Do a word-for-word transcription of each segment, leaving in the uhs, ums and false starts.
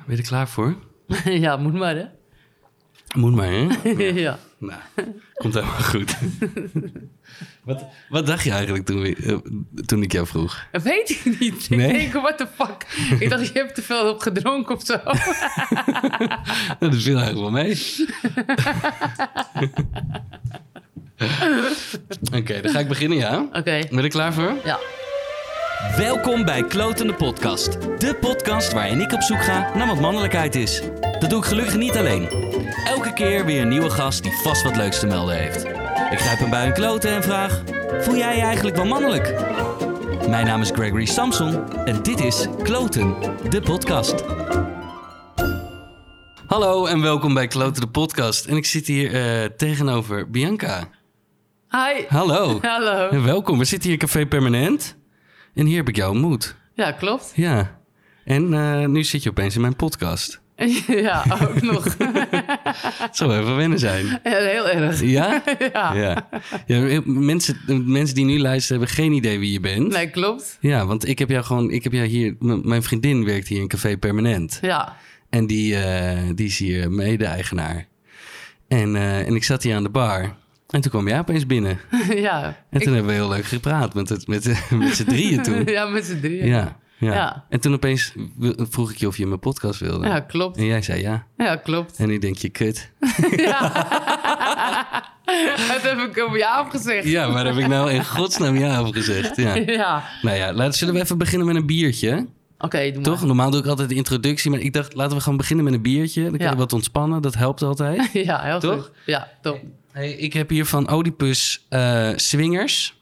Ben je er klaar voor? Ja, moet maar, hè? Moet maar, hè? Ja. ja. Nou, komt helemaal goed. wat, wat dacht je eigenlijk toen, we, uh, toen ik jou vroeg? Dat weet ik niet. Nee? Ik denk, what the fuck? Ik dacht, je hebt te veel op gedronken of zo. Nou, dat viel eigenlijk wel mee. Oké, okay, dan ga ik beginnen, ja? Oké. Okay. Ben je er klaar voor? Ja. Welkom bij Klotende Podcast. De podcast waarin ik op zoek ga naar wat mannelijkheid is. Dat doe ik gelukkig niet alleen. Elke keer weer een nieuwe gast die vast wat leuks te melden heeft. Ik grijp hem bij een kloten en vraag: voel jij je eigenlijk wel mannelijk? Mijn naam is Gregory Samson en dit is Kloten, de podcast. Hallo en welkom bij Kloten, de podcast. En ik zit hier uh, tegenover Bianca. Hi. Hallo. Hallo. En welkom. We zitten hier in Café Permanent. En hier heb ik jou ontmoet. Ja, klopt. Ja. En uh, nu zit je opeens in mijn podcast. Ja, ook nog. Het zou even wennen zijn. Ja, heel erg. Ja? Ja. Ja. Ja, mensen, mensen die nu luisteren hebben geen idee wie je bent. Nee, klopt. Ja, want ik heb jou gewoon... Ik heb jou hier... M- mijn vriendin werkt hier in Café Permanent. Ja. En die, uh, die is hier mede-eigenaar. En, uh, en ik zat hier aan de bar... En toen kwam jij opeens binnen. Ja. En toen ik... hebben we heel leuk gepraat met, het, met, met z'n drieën toen. Ja, met z'n drieën. Ja, ja. Ja. En toen opeens vroeg ik je of je in mijn podcast wilde. Ja, klopt. En jij zei ja. Ja, klopt. En nu denk je, kut. Ja. Dat heb ik op jou afgezegd. Ja, maar heb ik nou in godsnaam ja over gezegd? Ja. Ja. Nou ja, laten, zullen we even beginnen met een biertje? Oké, okay, doe Toch? maar. Normaal doe ik altijd de introductie, maar ik dacht, laten we gewoon beginnen met een biertje. Dan kan je Ja. wat ontspannen, dat helpt altijd. Ja, heel Toch? goed. Ja, top. Hey, ik heb hier van Oedipus uh, swingers.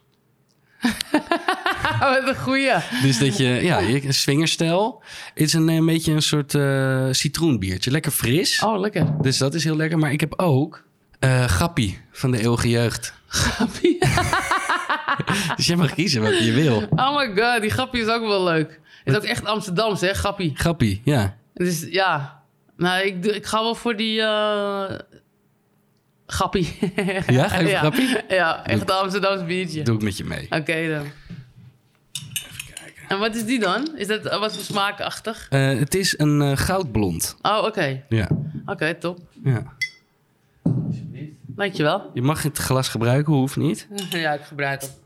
Wat een goeie. Dus dat je, ja, een swingerstijl. Het is een, een beetje een soort uh, citroenbiertje. Lekker fris. Oh, lekker. Dus dat is heel lekker. Maar ik heb ook uh, Gappie van de eeuwige jeugd. Gappie? Dus jij mag kiezen wat je wil. Oh my god, die Gappie is ook wel leuk. Is ook echt Amsterdams, hè, Gappie. Gappie, ja. Dus ja, nou, ik, ik ga wel voor die uh... Gappie. Ja, ga je voor ja. Gappie? Ja, echt een Amsterdams biertje. Doe ik met je mee. Oké okay, dan. Even kijken. En wat is die dan? Is dat uh, wat voor smaakachtig? Uh, het is een uh, goudblond. Oh, oké. Okay. Ja. Oké, okay, top. Ja. Dankjewel. Je mag het glas gebruiken, hoeft niet. Ja, ik gebruik het.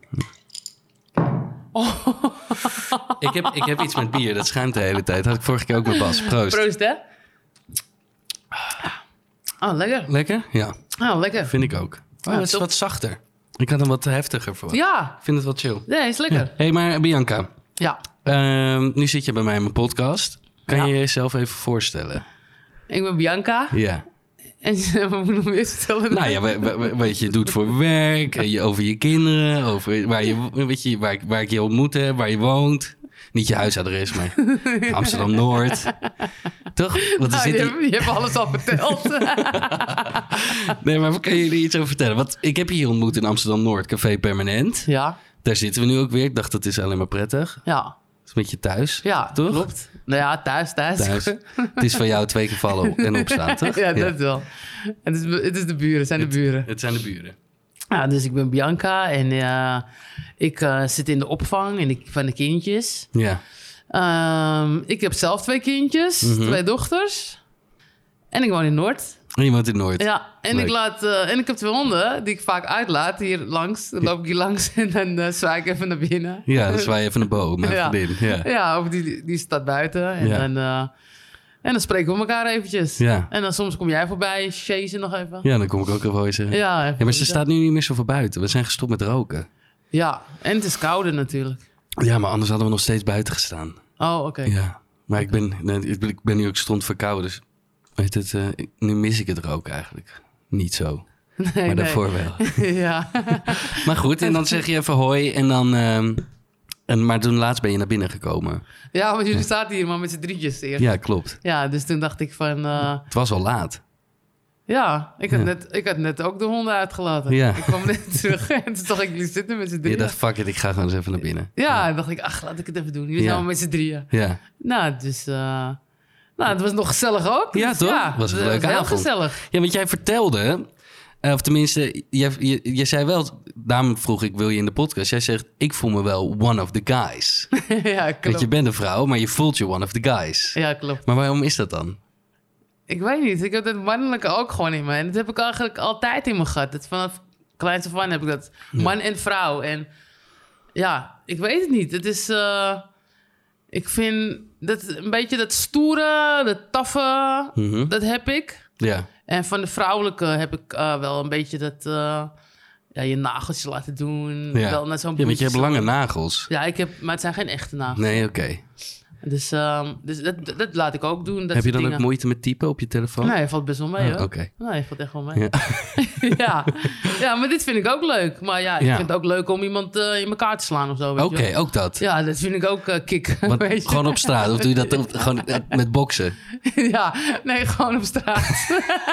Oh. ik, heb, ik heb iets met bier, dat schuimt de hele tijd. Had ik vorige keer ook met Bas. Proost. Proost, hè? Oh, lekker. Lekker? Ja. Oh, lekker. Vind ik ook. Oh, ja, het is top. wat zachter. Ik had hem wat heftiger voor. Ja. Ik vind het wat chill. Nee, is lekker. Hé, hey, maar Bianca. Ja. Uh, nu zit je bij mij in mijn podcast. Kan ja. je jezelf even voorstellen? Ik ben Bianca. Ja. En wat moet ik nog meer vertellen? Nou ja, wat je doet voor werk, je, over je kinderen, over waar, je, weet je, waar, waar ik je ontmoet heb, waar je woont. Niet je huisadres, maar Amsterdam-Noord. Toch? Want nou, zit je, die... hebt, je hebt alles al verteld. Nee, maar kan je er iets over vertellen? Want ik heb je hier ontmoet in Amsterdam-Noord, Café Permanent. Ja. Daar zitten we nu ook weer. Ik dacht, dat is alleen maar prettig. Ja. Het is een beetje thuis, ja, toch? Klopt. Nou ja, thuis, thuis. thuis. Het is van jou twee keer vallen en opstaan, toch? Ja, dat ja. wel. Het is, het is de buren, het zijn het, de buren. Het zijn de buren. Ja, dus ik ben Bianca en uh, ik uh, zit in de opvang en ik, van de kindjes. Ja. Um, ik heb zelf twee kindjes, mm-hmm. twee dochters. En ik woon in Noord. En je woont in Noord. Ja, en ik, laat, uh, en ik heb twee honden die ik vaak uitlaat hier langs. Dan loop ik hier langs en dan uh, zwaai ik even naar binnen. Ja, dan zwaai je even naar boven, mijn ja. vriendin. Ja, ja of die, die staat buiten. En, ja. dan, uh, en dan spreken we elkaar eventjes. Ja. En dan soms kom jij voorbij, chasen nog even. Ja, dan kom ik ook even zeggen. Ja, even ja, maar ze staat nu niet meer zo voor buiten. We zijn gestopt met roken. Ja, en het is kouder natuurlijk. Ja, maar anders hadden we nog steeds buiten gestaan. Oh, oké. Okay. Ja, maar ik ben, nee, ik ben nu ook stond verkouden, dus weet het, uh, nu mis ik het roken eigenlijk. Niet zo. Nee, maar nee. daarvoor wel. Ja. Maar goed, en dan zeg je even hoi en dan... Um, en, maar toen laatst ben je naar binnen gekomen. Ja, want jullie ja. zaten hier maar met z'n drietjes eerst. Ja, klopt. Ja, dus toen dacht ik van... Uh... Het was al laat. Ja, ik had, ja. Net, ik had net ook de honden uitgelaten. Ja. Ik kwam net terug en toen dacht ik, jullie zitten met z'n drieën. Je dacht, fuck it, ik ga gewoon eens even naar binnen. Ja, ja. dan dacht ik, ach, laat ik het even doen. Jullie ja. zijn maar met z'n drieën. Ja. Nou, dus... Uh... Nou, het was nog gezellig ook. Ja, dus, toch? Ja, was het een leuke heel avond. Gezellig. Ja, want jij vertelde... Uh, of tenminste, jij, je, je zei wel... Daarom vroeg ik, wil je in de podcast? Jij zegt, ik voel me wel one of the guys. Ja, klopt. Want je bent een vrouw, maar je voelt je one of the guys. Ja, klopt. Maar waarom is dat dan? Ik weet niet. Ik heb dat mannelijke ook gewoon in me. En dat heb ik eigenlijk altijd in me gehad. Dat vanaf kleins af aan heb ik dat. Man en vrouw. En ja, ik weet het niet. Het is... Uh, ik vind dat een beetje dat stoere, dat taffe, Mm-hmm. dat heb ik. Ja. En van de vrouwelijke heb ik uh, wel een beetje dat... Uh, ja, je nageltjes laten doen. Ja, wel naar zo'n ja want je hebt bloesje. lange nagels. Ja, ik heb, maar het zijn geen echte nagels. Nee, oké. Okay. Dus, um, dus dat, dat laat ik ook doen. Dat heb je dan dingen. ook moeite met typen op je telefoon? Nee, valt best wel mee, oh, hoor. Oké. Okay. Nee, valt echt wel mee. Ja. ja. ja, maar dit vind ik ook leuk. Maar ja, ik ja. vind het ook leuk om iemand uh, in elkaar te slaan of zo. Oké, okay, ook dat? Ja, dat vind ik ook uh, kick. Want, weet je? Gewoon op straat? Of doe je dat op, gewoon met boksen? ja, nee, gewoon op straat.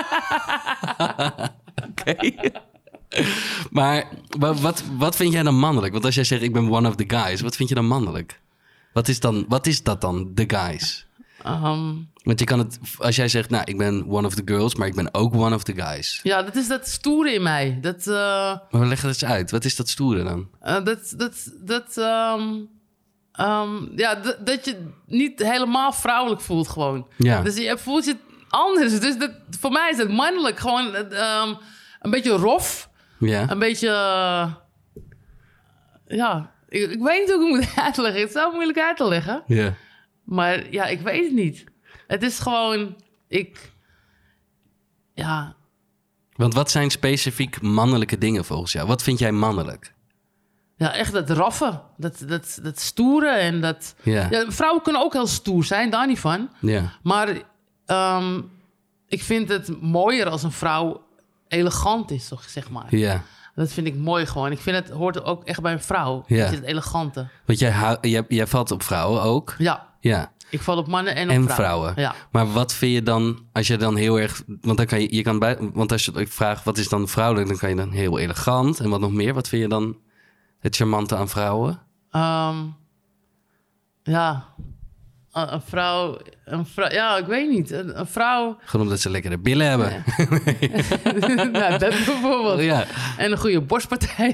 Oké. Okay. Maar wat, wat vind jij dan mannelijk? Want als jij zegt, ik ben one of the guys, wat vind je dan mannelijk? Wat is, dan, wat is dat dan, the guys? Um, Want je kan het, als jij zegt, nou, ik ben one of the girls, maar ik ben ook one of the guys. Ja, dat is dat stoere in mij. Dat, uh, maar leg het eens uit. Wat is dat stoere dan? Uh, dat, dat, dat, um, um, ja, d- dat je niet helemaal vrouwelijk voelt gewoon. Ja. Dus je voelt je anders. Dus dat, voor mij is het mannelijk. Gewoon um, een beetje rof. Ja. Een beetje... Uh, ja, ik, ik weet niet hoe ik het moet uitleggen. Het is zo moeilijk uit te leggen. Ja. Maar ja, ik weet het niet. Het is gewoon... Ik... Ja... Want wat zijn specifiek mannelijke dingen volgens jou? Wat vind jij mannelijk? Ja, echt dat raffen. Dat, dat, dat stoeren en dat... Ja. Ja, vrouwen kunnen ook heel stoer zijn, daar niet van. Ja. Maar um, ik vind het mooier als een vrouw elegant is, toch, zeg maar. Ja. Dat vind ik mooi gewoon. Ik vind het hoort ook echt bij een vrouw. Ja. Dat is het elegante. Want jij, hou, jij, jij valt op vrouwen ook? Ja. Ja. Ik val op mannen en op en vrouwen. vrouwen. Ja. Maar wat vind je dan, als je dan heel erg... Want dan kan je, je kan bij, want als je ik vraag, wat is dan vrouwelijk? Dan kan je dan heel elegant. En wat nog meer? Wat vind je dan het charmante aan vrouwen? Um, ja. Een, een vrouw... Een vrouw... Ja, ik weet niet. Een, een vrouw... Gewoon omdat ze lekkere billen hebben. Ja. nou, dat bijvoorbeeld. Ja. En een goede borstpartij.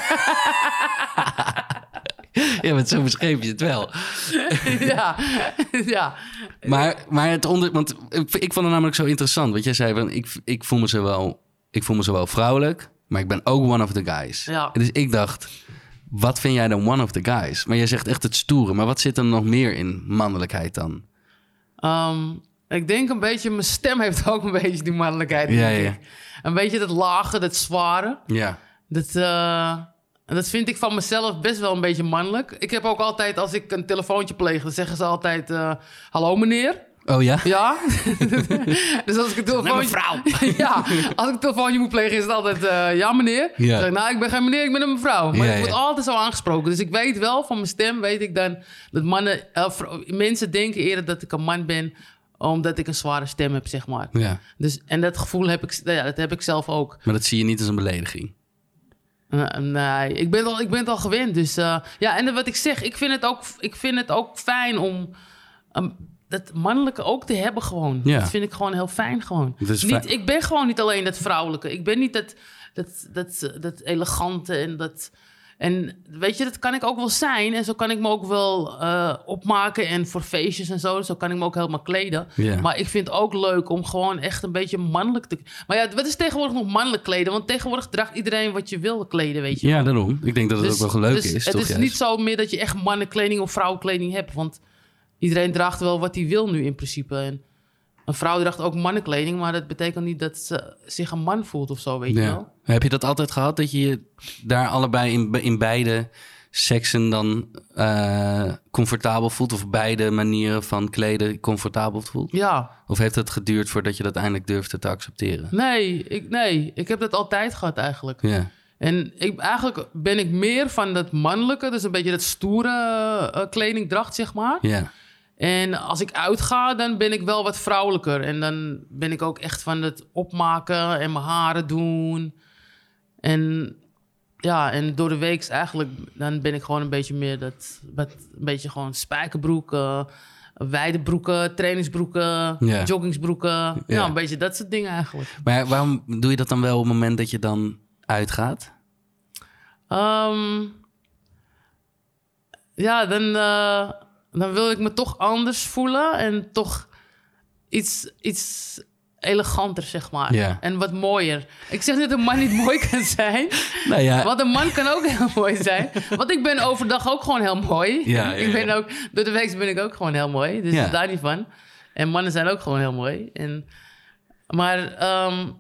Ja, maar zo beschreef je het wel. ja, ja. Maar, maar het onder... Want ik, ik vond het namelijk zo interessant. Wat jij zei, van, ik, ik, voel me zowel, ik voel me zowel vrouwelijk... maar ik ben ook one of the guys. Ja. Dus ik dacht, wat vind jij dan one of the guys? Maar jij zegt echt het stoere. Maar wat zit er nog meer in mannelijkheid dan? Um, ik denk een beetje... Mijn stem heeft ook een beetje die mannelijkheid. Ja, denk ja. ik. Een beetje dat lage, dat zware. Ja. Dat... Uh, En dat vind ik van mezelf best wel een beetje mannelijk. Ik heb ook altijd, als ik een telefoontje pleeg... dan zeggen ze altijd, uh, hallo meneer. Oh ja? Ja. Dus als ik een telefoontje... Met mevrouw. ja, als ik een telefoontje moet plegen is het altijd, uh, ja meneer. Ja. Dan zeg ik, nou, ik ben geen meneer, ik ben een mevrouw. Maar Ja, ik word ja. altijd zo aangesproken. Dus ik weet wel, van mijn stem weet ik dan... dat mannen, uh, vrou- mensen denken eerder dat ik een man ben... omdat ik een zware stem heb, zeg maar. Ja. Dus, en dat gevoel heb ik, ja, dat heb ik zelf ook. Maar dat zie je niet als een belediging. Uh, nee, ik ben, al, ik ben het al gewend. Dus uh, ja, en wat ik zeg, ik vind het ook, ik vind het ook fijn om um, dat mannelijke ook te hebben gewoon. Ja. Dat vind ik gewoon heel fijn gewoon. Het is Niet, fijn. ik ben gewoon niet alleen dat vrouwelijke. Ik ben niet dat, dat, dat, dat elegante en dat... En weet je, dat kan ik ook wel zijn. En zo kan ik me ook wel uh, opmaken. En voor feestjes en zo. Zo kan ik me ook helemaal kleden. Ja. Maar ik vind het ook leuk om gewoon echt een beetje mannelijk te... Maar ja, wat is tegenwoordig nog mannelijk kleden? Want tegenwoordig draagt iedereen wat je wil kleden, weet je. Ja, daarom. Ik denk dat het Dus- ook wel leuk dus is, het toch? is juist? niet zo meer dat je echt mannenkleding of vrouwenkleding hebt. Want iedereen draagt wel wat hij wil nu in principe. En een vrouw draagt ook mannenkleding. Maar dat betekent niet dat ze zich een man voelt of zo, weet je Ja. wel. Heb je dat altijd gehad? Dat je je daar allebei in, in beide seksen dan uh, comfortabel voelt? Of beide manieren van kleden comfortabel voelt? Ja, Of heeft het geduurd voordat je dat eindelijk durfde te accepteren? nee ik, nee, ik heb dat altijd gehad eigenlijk. Ja. En ik, eigenlijk ben ik meer van dat mannelijke. Dus een beetje dat stoere uh, kledingdracht, zeg maar. Ja. En als ik uitga, dan ben ik wel wat vrouwelijker. En dan ben ik ook echt van het opmaken en mijn haren doen. En ja, en door de week eigenlijk... dan ben ik gewoon een beetje meer dat... Wat, een beetje gewoon spijkerbroek, uh, wijde broeken, trainingsbroeken, Ja. joggingsbroeken. Ja. Ja, een beetje dat soort dingen eigenlijk. Maar waarom doe je dat dan wel op het moment dat je dan uitgaat? Um, ja, dan, uh, dan wil ik me toch anders voelen en toch iets, iets eleganter, zeg maar. Ja. En wat mooier. Ik zeg niet dat een man niet mooi kan zijn, Nou ja, want een man kan ook heel mooi zijn. Want ik ben overdag ook gewoon heel mooi. Ja, ja, ik ben ja. ook, door de week ben ik ook gewoon heel mooi, dus Ja. daar niet van. En mannen zijn ook gewoon heel mooi. En, maar um,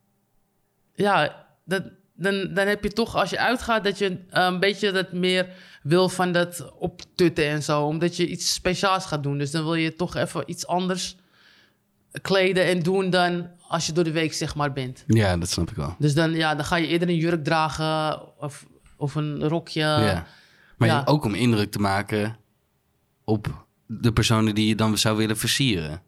ja, dat, dan, dan heb je toch, als je uitgaat, dat je uh, een beetje dat meer wil van dat optutten en zo. Omdat je iets speciaals gaat doen. Dus dan wil je toch even iets anders kleden en doen dan als je door de week, zeg maar, bent. ja, dat snap ik wel. Dus dan, ja, dan ga je eerder een jurk dragen of, of een rokje. Ja. Maar ja. ook om indruk te maken op de personen die je dan zou willen versieren.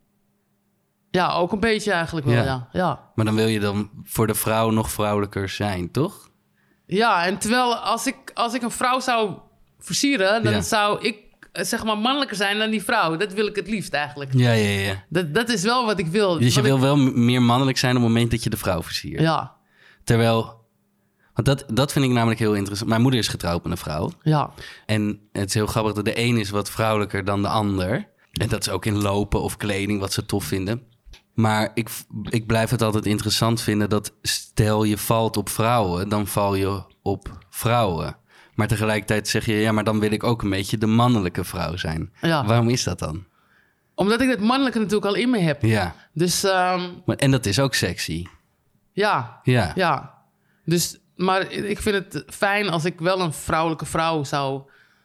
Ja, ook een beetje eigenlijk wel, Ja. ja. Ja, Maar dan wil je dan voor de vrouw nog vrouwelijker zijn, toch? ja en terwijl als ik, als ik een vrouw zou versieren, dan Ja. zou ik, eh, zeg maar, mannelijker zijn dan die vrouw. Dat wil ik het liefst eigenlijk. Ja, ja, ja. Dat, dat is wel wat ik wil. Dus je Wat wil ik- wel m- meer mannelijk zijn op het moment dat je de vrouw versiert. Ja, Terwijl, want dat, dat vind ik namelijk heel interessant. Mijn moeder is getrouwd met een vrouw. ja, En het is heel grappig dat de een is wat vrouwelijker dan de ander. En dat is ook in lopen of kleding wat ze tof vinden. Maar ik, ik blijf het altijd interessant vinden dat stel je valt op vrouwen, dan val je op vrouwen. Maar tegelijkertijd zeg je, ja, maar dan wil ik ook een beetje de mannelijke vrouw zijn. ja. Waarom is dat dan? Omdat ik het mannelijke natuurlijk al in me heb. Ja, Dus um, maar, en dat is ook sexy. ja, Ja, ja. Dus, maar ik vind het fijn als ik wel een vrouwelijke vrouw zou,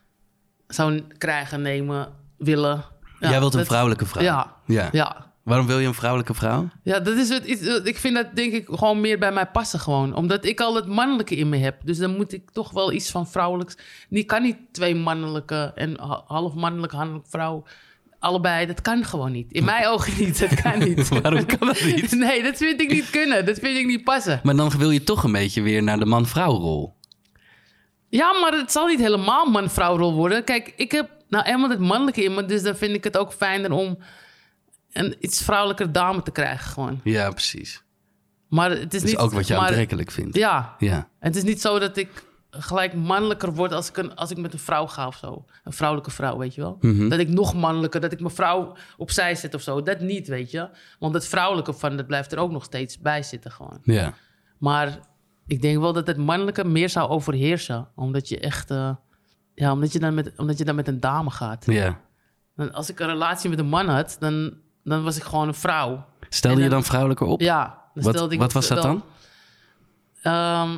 zou krijgen, nemen, willen. Ja, Jij wilt een dat- vrouwelijke vrouw. Ja, ja. ja. Waarom wil je een vrouwelijke vrouw? Ja, dat is het. iets- Ik vind dat denk ik gewoon meer bij mij passen gewoon. Omdat ik al het mannelijke in me heb. Dus dan moet ik toch wel iets van vrouwelijks. Die kan niet twee mannelijke en ha- half mannelijke, half vrouw. Allebei, dat kan gewoon niet. In mijn ogen niet, dat kan niet. Waarom kan dat niet? Nee, dat vind ik niet kunnen. Dat vind ik niet passen. Maar dan wil je toch een beetje weer naar de man-vrouw-rol. Ja, maar het zal niet helemaal man-vrouwrol worden. Kijk, ik heb nou eenmaal het mannelijke in me. Dus dan vind ik het ook fijner om een iets vrouwelijker dame te krijgen gewoon. Ja, precies. Maar het is Dat is niet... ook wat je maar- aantrekkelijk vindt. Ja, Ja. het is niet zo dat ik gelijk mannelijker word als ik, een, als ik met een vrouw ga of zo. Een vrouwelijke vrouw, weet je wel. Mhm. Dat ik nog mannelijker, dat ik mijn vrouw opzij zet of zo. Dat niet, weet je. Want het vrouwelijke van, dat blijft er ook nog steeds bij zitten gewoon. Ja. Maar ik denk wel dat het mannelijke meer zou overheersen. Omdat je echt... eh, ja, omdat je, dan met, omdat je dan met een dame gaat. Ja. Dan, als ik een relatie met een man had, dan, dan was ik gewoon een vrouw. Stelde En je dan- dan vrouwelijker op? Ja. Dan Wat, stelde ik wat was dat wel- dan? Ehm,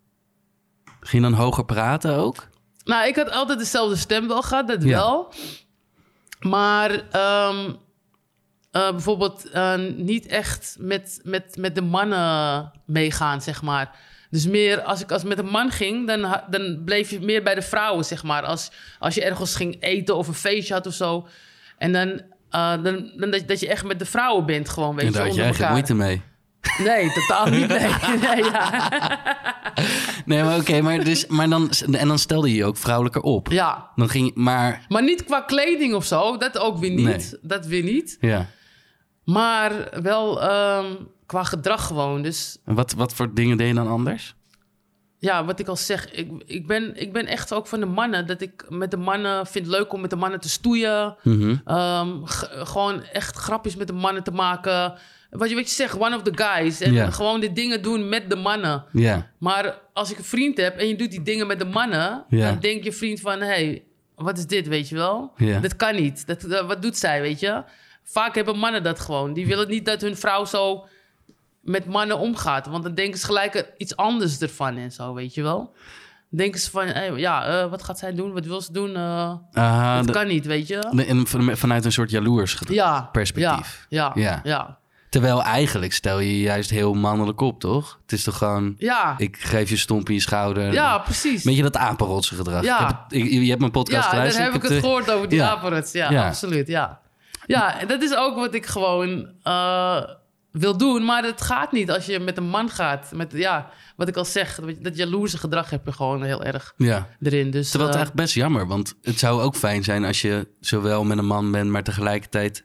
Ging je dan hoger praten ook? Nou, ik had altijd dezelfde stem wel gehad, dat Ja. wel. Maar ehm, eh, bijvoorbeeld eh, niet echt met, met, met de mannen meegaan, zeg maar. Dus meer, als ik als met een man ging, dan, ha- dan bleef je meer bij de vrouwen, zeg maar. Als, als je ergens ging eten of een feestje had of zo. En dan, eh, dan, dan dat, dat je echt met de vrouwen bent gewoon, weet En je, daar had je onder eigenlijk elkaar. moeite mee. Nee, totaal niet, nee. nee ja. Nee, maar oké, maar, dus, maar dan, en dan stelde je je ook vrouwelijker op. ja. Dan ging je, maar, Maar niet qua kleding of zo, dat ook weer niet. Nee. Dat weer niet. ja. Maar wel ehm, qua gedrag gewoon. Dus En wat, wat voor dingen deed je dan anders? ja, wat ik al zeg, ik, ik, ben, ik ben echt ook van de mannen. Dat ik met de mannen vind het leuk om met de mannen te stoeien. Mhm. Ehm, g- gewoon echt grapjes met de mannen te maken. Wat je, wat je zegt, one of the guys. En Ja. gewoon de dingen doen met de mannen. Ja. Maar als ik een vriend heb en je doet die dingen met de mannen... Ja. dan denkt je vriend van, hé, hey, wat is dit, weet je wel? Ja. Dat kan niet. Dat, dat- wat doet zij, weet je? Vaak hebben mannen dat gewoon. Die willen niet dat hun vrouw zo met mannen omgaat. Want dan denken ze gelijk er iets anders ervan en zo, weet je wel? Dan denken ze van, hey, ja, eh, wat gaat zij doen? Wat wil ze doen? Eh, Ah, dat de- kan niet, weet je? de- en van- vanuit een soort jaloers gedrag. Ja. perspectief. Ja, ja, Ja. ja. ja. Terwijl eigenlijk stel je je juist heel mannelijk op, toch? Het is toch gewoon, Ja, ik geef je stomp in je schouder. ja, precies. Weet je dat apenrotse gedrag? Ja. Ik heb het- ik- je hebt mijn podcast Ja, dan geluisterd. heb ik het de- gehoord over die Ja. apenrots. Ja, Ja. absoluut, ja. Ja, en dat is ook wat ik gewoon eh, wil doen. Maar het gaat niet als je met een man gaat. Met, ja, wat ik al zeg, dat jaloerse gedrag heb je gewoon heel erg Ja. erin. Dus, Terwijl het uh, echt best jammer, want het zou ook fijn zijn als je zowel met een man bent, maar tegelijkertijd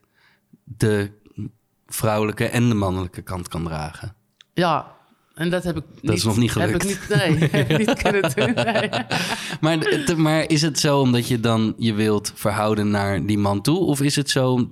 de vrouwelijke en de mannelijke kant kan dragen. Ja, en dat heb ik niet. Dat is nog niet gelukt. Heb ik niet, nee, heb ik niet kunnen doen. Nee. Maar, het- maar is het zo omdat je dan je wilt verhouden naar die man toe? Of is het zo...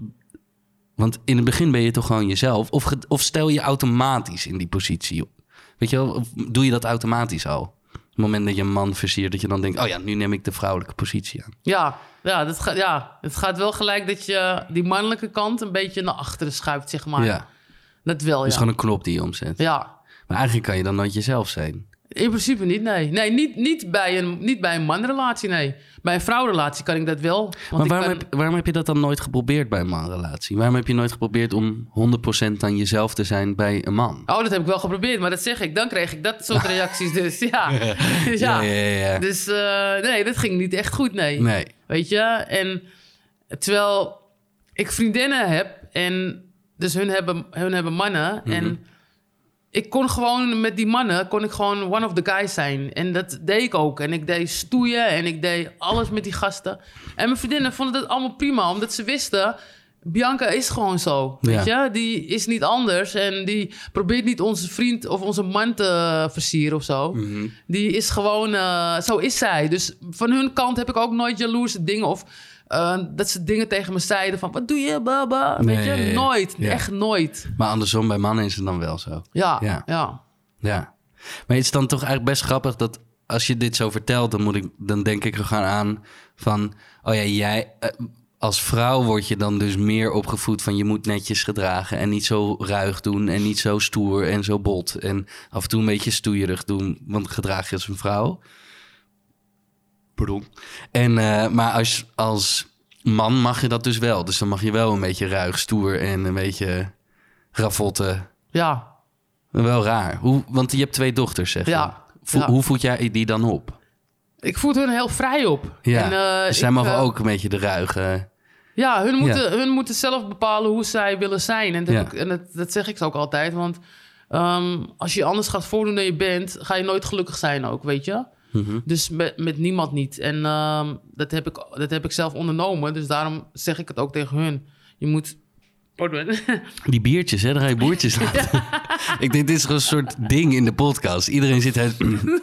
Want in het begin ben je toch gewoon jezelf? Of, ge- of stel je automatisch in die positie op? Weet je wel, of doe je dat automatisch al? Op het moment dat je een man versiert, dat je dan denkt... oh ja, nu neem ik de vrouwelijke positie aan. Ja, ja, dat gaat, ja, het gaat wel gelijk dat je die mannelijke kant een beetje naar achteren schuift, zeg maar. Ja, Dat wel, dat is ja. gewoon een knop die je omzet. Ja, Maar eigenlijk kan je dan nooit jezelf zijn. in principe niet, nee. Nee, niet, niet, bij een, niet bij een manrelatie, nee. Bij een vrouwrelatie kan ik dat wel. Want Maar ik waarom, kan- heb, waarom heb je dat dan nooit geprobeerd bij een manrelatie? Waarom heb je nooit geprobeerd om honderd procent dan jezelf te zijn bij een man? Oh, dat heb ik wel geprobeerd, maar dat zeg ik. Dan kreeg ik dat soort reacties dus, ja. Dus ja. Ja, ja, ja, ja. Dus uh, nee, dat ging niet echt goed, nee. Nee. Weet je? En terwijl ik vriendinnen heb en dus hun hebben, hun hebben mannen. Mhm. En ik kon gewoon met die mannen, kon ik gewoon one of the guys zijn. En dat deed ik ook. En ik deed stoeien en ik deed alles met die gasten. En mijn vriendinnen vonden dat allemaal prima, omdat ze wisten... Bianca is gewoon zo, weet Ja. je? Die is niet anders en die probeert niet onze vriend of onze man te versieren of zo. Mhm. Die is gewoon, uh, zo is zij. Dus van hun kant heb ik ook nooit jaloerse dingen of uh, dat ze dingen tegen me zeiden van... Wat doe je, baba? Weet Nee, je? ja, ja. Nooit, Ja. echt nooit. Maar andersom, bij mannen is het dan wel zo. Ja, Ja. ja. Ja. Maar het is dan toch eigenlijk best grappig dat als je dit zo vertelt, dan, moet ik, dan denk ik er gewoon aan van... Oh ja, jij... eh, als vrouw word je dan dus meer opgevoed van je moet netjes gedragen en niet zo ruig doen en niet zo stoer en zo bot. En af en toe een beetje stoeierig doen, want gedraag je als een vrouw. Pardon. En, uh, maar als, als man mag je dat dus wel. Dus dan mag je wel een beetje ruig, stoer en een beetje ravotten. Ja, Wel raar. Hoe, want je hebt twee dochters, zeg je. Ja. Vo- Ja. Hoe voed jij die dan op? ik voed hun heel vrij op. Ja, En, uh, dus zij ik, mogen uh, ook een beetje de ruige... Ja, hun moeten, hun moeten zelf bepalen hoe zij willen zijn. En dat, Ja. heb ik- en dat, dat zeg ik ze ook altijd. Want um, als je anders gaat voordoen dan je bent... ga je nooit gelukkig zijn ook, weet je? Mhm. Dus met, met niemand niet. En um, dat, heb ik, dat heb ik zelf ondernomen. Dus daarom zeg ik het ook tegen hun. Je moet... Pardon. Die biertjes, hè? Daar ga je boertjes laten. Ik denk, dit is gewoon een soort ding in de podcast. Iedereen zit... uit.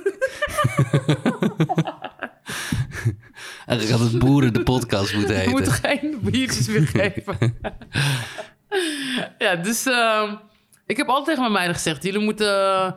Eigenlijk had het boeren de podcast moeten Je heten. moet geen biertjes meer geven. Ja, dus um, ik heb altijd tegen mijn meiden gezegd... jullie moeten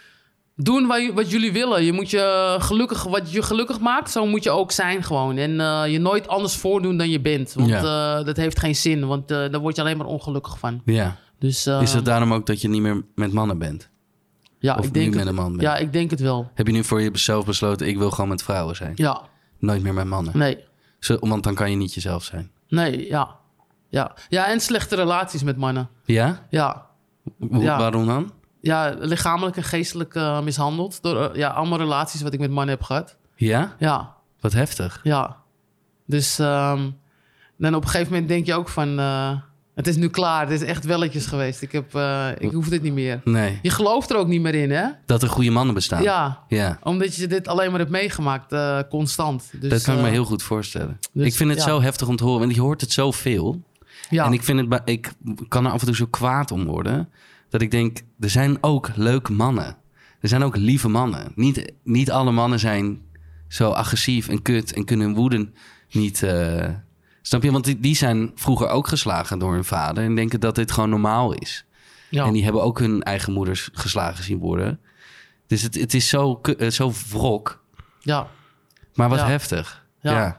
doen wat, wat jullie willen. Je moet je gelukkig, wat je gelukkig maakt, zo moet je ook zijn gewoon. En uh, je nooit anders voordoen dan je bent. Want Ja. uh, dat heeft geen zin, want uh, daar word je alleen maar ongelukkig van. Ja. Dus, uh, Is het daarom ook dat je niet meer met mannen bent? ja, Of ik denk nu met het, een man bent? Ja, ik denk het wel. Heb je nu voor jezelf besloten, ik wil gewoon met vrouwen zijn? Ja, Nooit meer met mannen? nee, Zo, want dan kan je niet jezelf zijn. nee, ja. Ja, ja en slechte relaties met mannen. Ja? Ja, Hoe- Ja. Waarom dan? ja lichamelijk en geestelijk uh, mishandeld. Door uh, ja, allemaal relaties wat ik met mannen heb gehad. Ja? Ja, Wat heftig. ja. Dus um, dan op een gegeven moment denk je ook van... Uh, het is nu klaar, het is echt welletjes geweest. Ik, heb, uh, ik hoef dit niet meer. Nee. Je gelooft er ook niet meer in, hè? Dat er goede mannen bestaan. Ja, Ja. omdat je dit alleen maar hebt meegemaakt, uh, constant. Dus, Dat kan ik me uh, heel goed voorstellen. dus, ik vind het ja. zo heftig om te horen. Want je hoort het zoveel. Ja, En ik, vind het, ba- ik kan er af en toe zo kwaad om worden. Dat ik denk, er zijn ook leuke mannen. Er zijn ook lieve mannen. Niet, niet alle mannen zijn zo agressief en kut en kunnen hun woede niet... Uh, snap je? Want die, die zijn vroeger ook geslagen door hun vader. En denken dat dit gewoon normaal is. ja. En die hebben ook hun eigen moeders geslagen zien worden. Dus het, het is zo, ku- uh, zo wrok. ja. Maar wat Ja. heftig. Ja. Ja.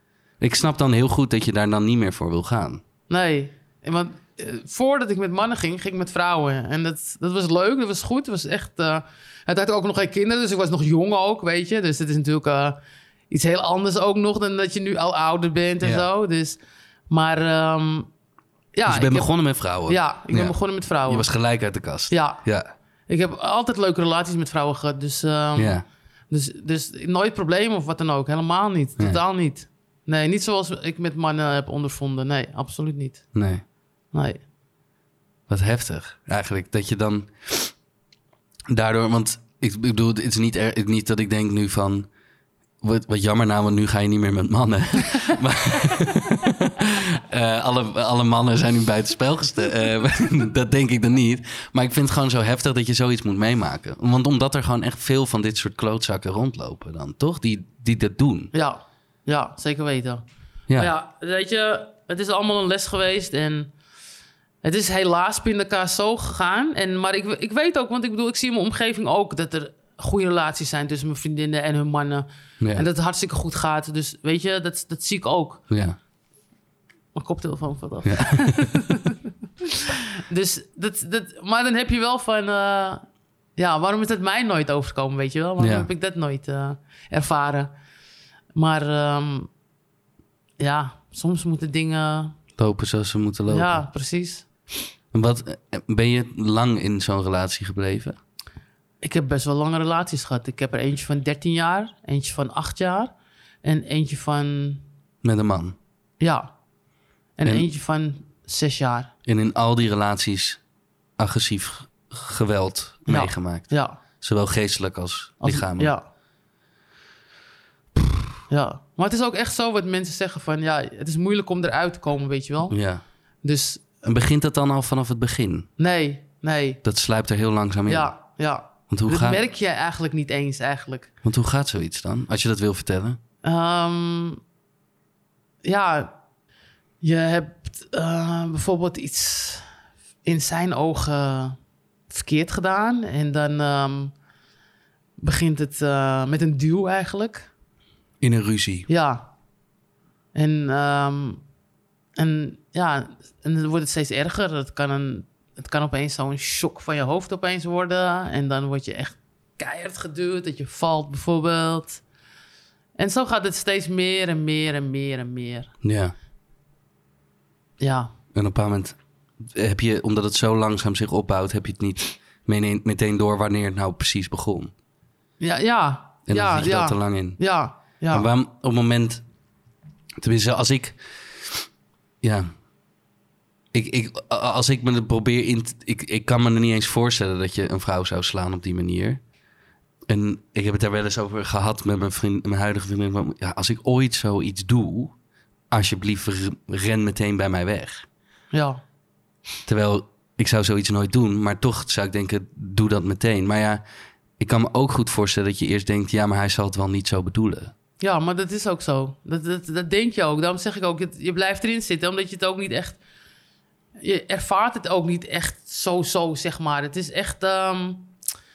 Ik snap dan heel goed dat je daar dan niet meer voor wil gaan. Nee, En want uh, voordat ik met mannen ging, ging ik met vrouwen. En dat, dat was leuk, dat was goed. Het was echt... Uh, het had ook nog geen kinderen, dus ik was nog jong ook, weet je. Dus het is natuurlijk uh, iets heel anders ook nog... dan dat je nu al ouder bent en Ja. zo. Dus, maar um, ja... Dus je bent ik heb- begonnen met vrouwen? Ja, ik ben Ja. begonnen met vrouwen. Je was gelijk uit de kast? Ja, Ja. ik heb altijd leuke relaties met vrouwen gehad. Dus, um, Ja. dus, dus nooit problemen of wat dan ook. Helemaal niet. Nee. Totaal niet. Nee, niet zoals ik met mannen heb ondervonden. Nee, absoluut niet. Nee. Nee. Wat heftig, eigenlijk. Dat je dan daardoor... Want ik, ik bedoel, het is niet, er, niet dat ik denk nu van... Wat, wat jammer nou, want nu ga je niet meer met mannen. maar uh, alle, alle mannen zijn nu buitenspel gesteld. Uh, dat denk ik dan niet. Maar ik vind het gewoon zo heftig dat je zoiets moet meemaken. Want omdat er gewoon echt veel van dit soort klootzakken rondlopen dan, toch? Die, die dat doen. Ja, ja, zeker weten. Ja. Maar ja, weet je, het is allemaal een les geweest en het is helaas pindakaas zo gegaan. En, maar ik, ik weet ook, want ik bedoel, ik zie in mijn omgeving ook dat er goede relaties zijn tussen mijn vriendinnen en hun mannen. Ja. En dat het hartstikke goed gaat. Dus weet je, dat, dat zie ik ook. Ja. Mijn koptelefoon valt af. Ja. dus dat, dat, maar dan heb je wel van... Uh, ja, waarom is dat mij nooit overkomen, weet je wel? Waarom ja. heb ik dat nooit uh, ervaren? Maar um, ja, soms moeten dingen... Lopen zoals ze moeten lopen. Ja, precies. En wat, ben je lang in zo'n relatie gebleven? Ik heb best wel lange relaties gehad. Ik heb er eentje van dertien jaar, eentje van acht jaar en eentje van... Met een man? Ja. En, en eentje van zes jaar. En in al die relaties agressief geweld ja. meegemaakt? Ja. Zowel geestelijk als, als lichamelijk? Ja. Ja. Maar het is ook echt zo wat mensen zeggen van... ja, het is moeilijk om eruit te komen, weet je wel. Ja. Dus... En begint dat dan al vanaf het begin? Nee, nee. Dat sluipt er heel langzaam in? Ja, ja. Want hoe dat gaat... merk je eigenlijk niet eens, eigenlijk. Want hoe gaat zoiets dan, als je dat wil vertellen? Um, ja, je hebt uh, bijvoorbeeld iets in zijn ogen verkeerd gedaan. En dan um, begint het uh, met een duw eigenlijk. In een ruzie? Ja. En, um, en ja, en dan wordt het steeds erger. Het kan, een, het kan opeens zo'n shock van je hoofd opeens worden. En dan word je echt keihard geduwd, dat je valt bijvoorbeeld. En zo gaat het steeds meer en meer en meer en meer. Ja. Ja. En op een bepaald moment heb je, omdat het zo langzaam zich opbouwt, heb je het niet meteen door wanneer het nou precies begon. Ja, ja. En dan ja, zit je ja. daar te lang in. Ja, ja. En waarom op het moment... Tenminste, als ik... Ja... Ik, ik, als ik me er probeer in... Te, ik, ik kan me er niet eens voorstellen dat je een vrouw zou slaan op die manier. En ik heb het daar wel eens over gehad met mijn, vriend, mijn huidige vriendin. Ja, als ik ooit zoiets doe, alsjeblieft ren meteen bij mij weg. Ja. Terwijl ik zou zoiets nooit doen, maar toch zou ik denken, doe dat meteen. Maar ja, ik kan me ook goed voorstellen dat je eerst denkt, ja, maar hij zal het wel niet zo bedoelen. Ja, maar dat is ook zo. Dat, dat, dat denk je ook. Daarom zeg ik ook, je blijft erin zitten, omdat je het ook niet echt... Je ervaart het ook niet echt zo, zo, zeg maar. Het is echt... Um,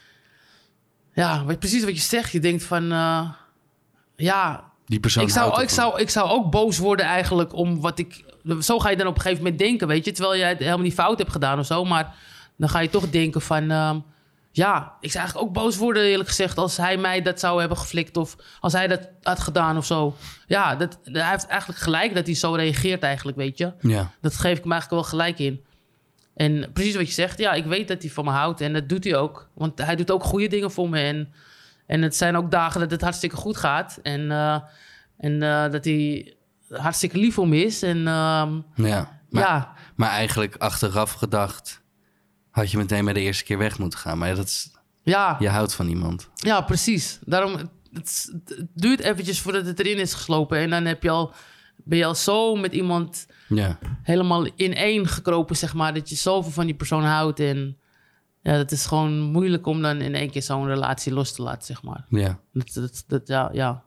ja, wat, precies wat je zegt. Je denkt van... Uh, ja... Die persoon ik zou, ik, zou, ik zou ook boos worden eigenlijk om wat ik... Zo ga je dan op een gegeven moment denken, weet je. Terwijl jij het helemaal niet fout hebt gedaan of zo. Maar dan ga je toch denken van... Um, ja, ik zou eigenlijk ook boos worden, eerlijk gezegd... als hij mij dat zou hebben geflikt of als hij dat had gedaan of zo. Ja, dat, hij heeft eigenlijk gelijk dat hij zo reageert eigenlijk, weet je. Ja. Dat geef ik hem eigenlijk wel gelijk in. En precies wat je zegt, ja, ik weet dat hij van me houdt en dat doet hij ook. Want hij doet ook goede dingen voor me. En, en het zijn ook dagen dat het hartstikke goed gaat. En, uh, en uh, dat hij hartstikke lief voor me is. En, uh, ja, maar, ja. maar eigenlijk achteraf gedacht... had je meteen bij de eerste keer weg moeten gaan. Maar dat is, ja. je houdt van iemand. Ja, precies. Daarom, het, het, het duurt eventjes voordat het erin is geslopen. En dan heb je al, ben je al zo met iemand ja. helemaal in één gekropen, zeg maar. Dat je zoveel van die persoon houdt. En ja, dat is gewoon moeilijk om dan in één keer zo'n relatie los te laten, zeg maar. Ja. Dat, dat, dat, ja, ja.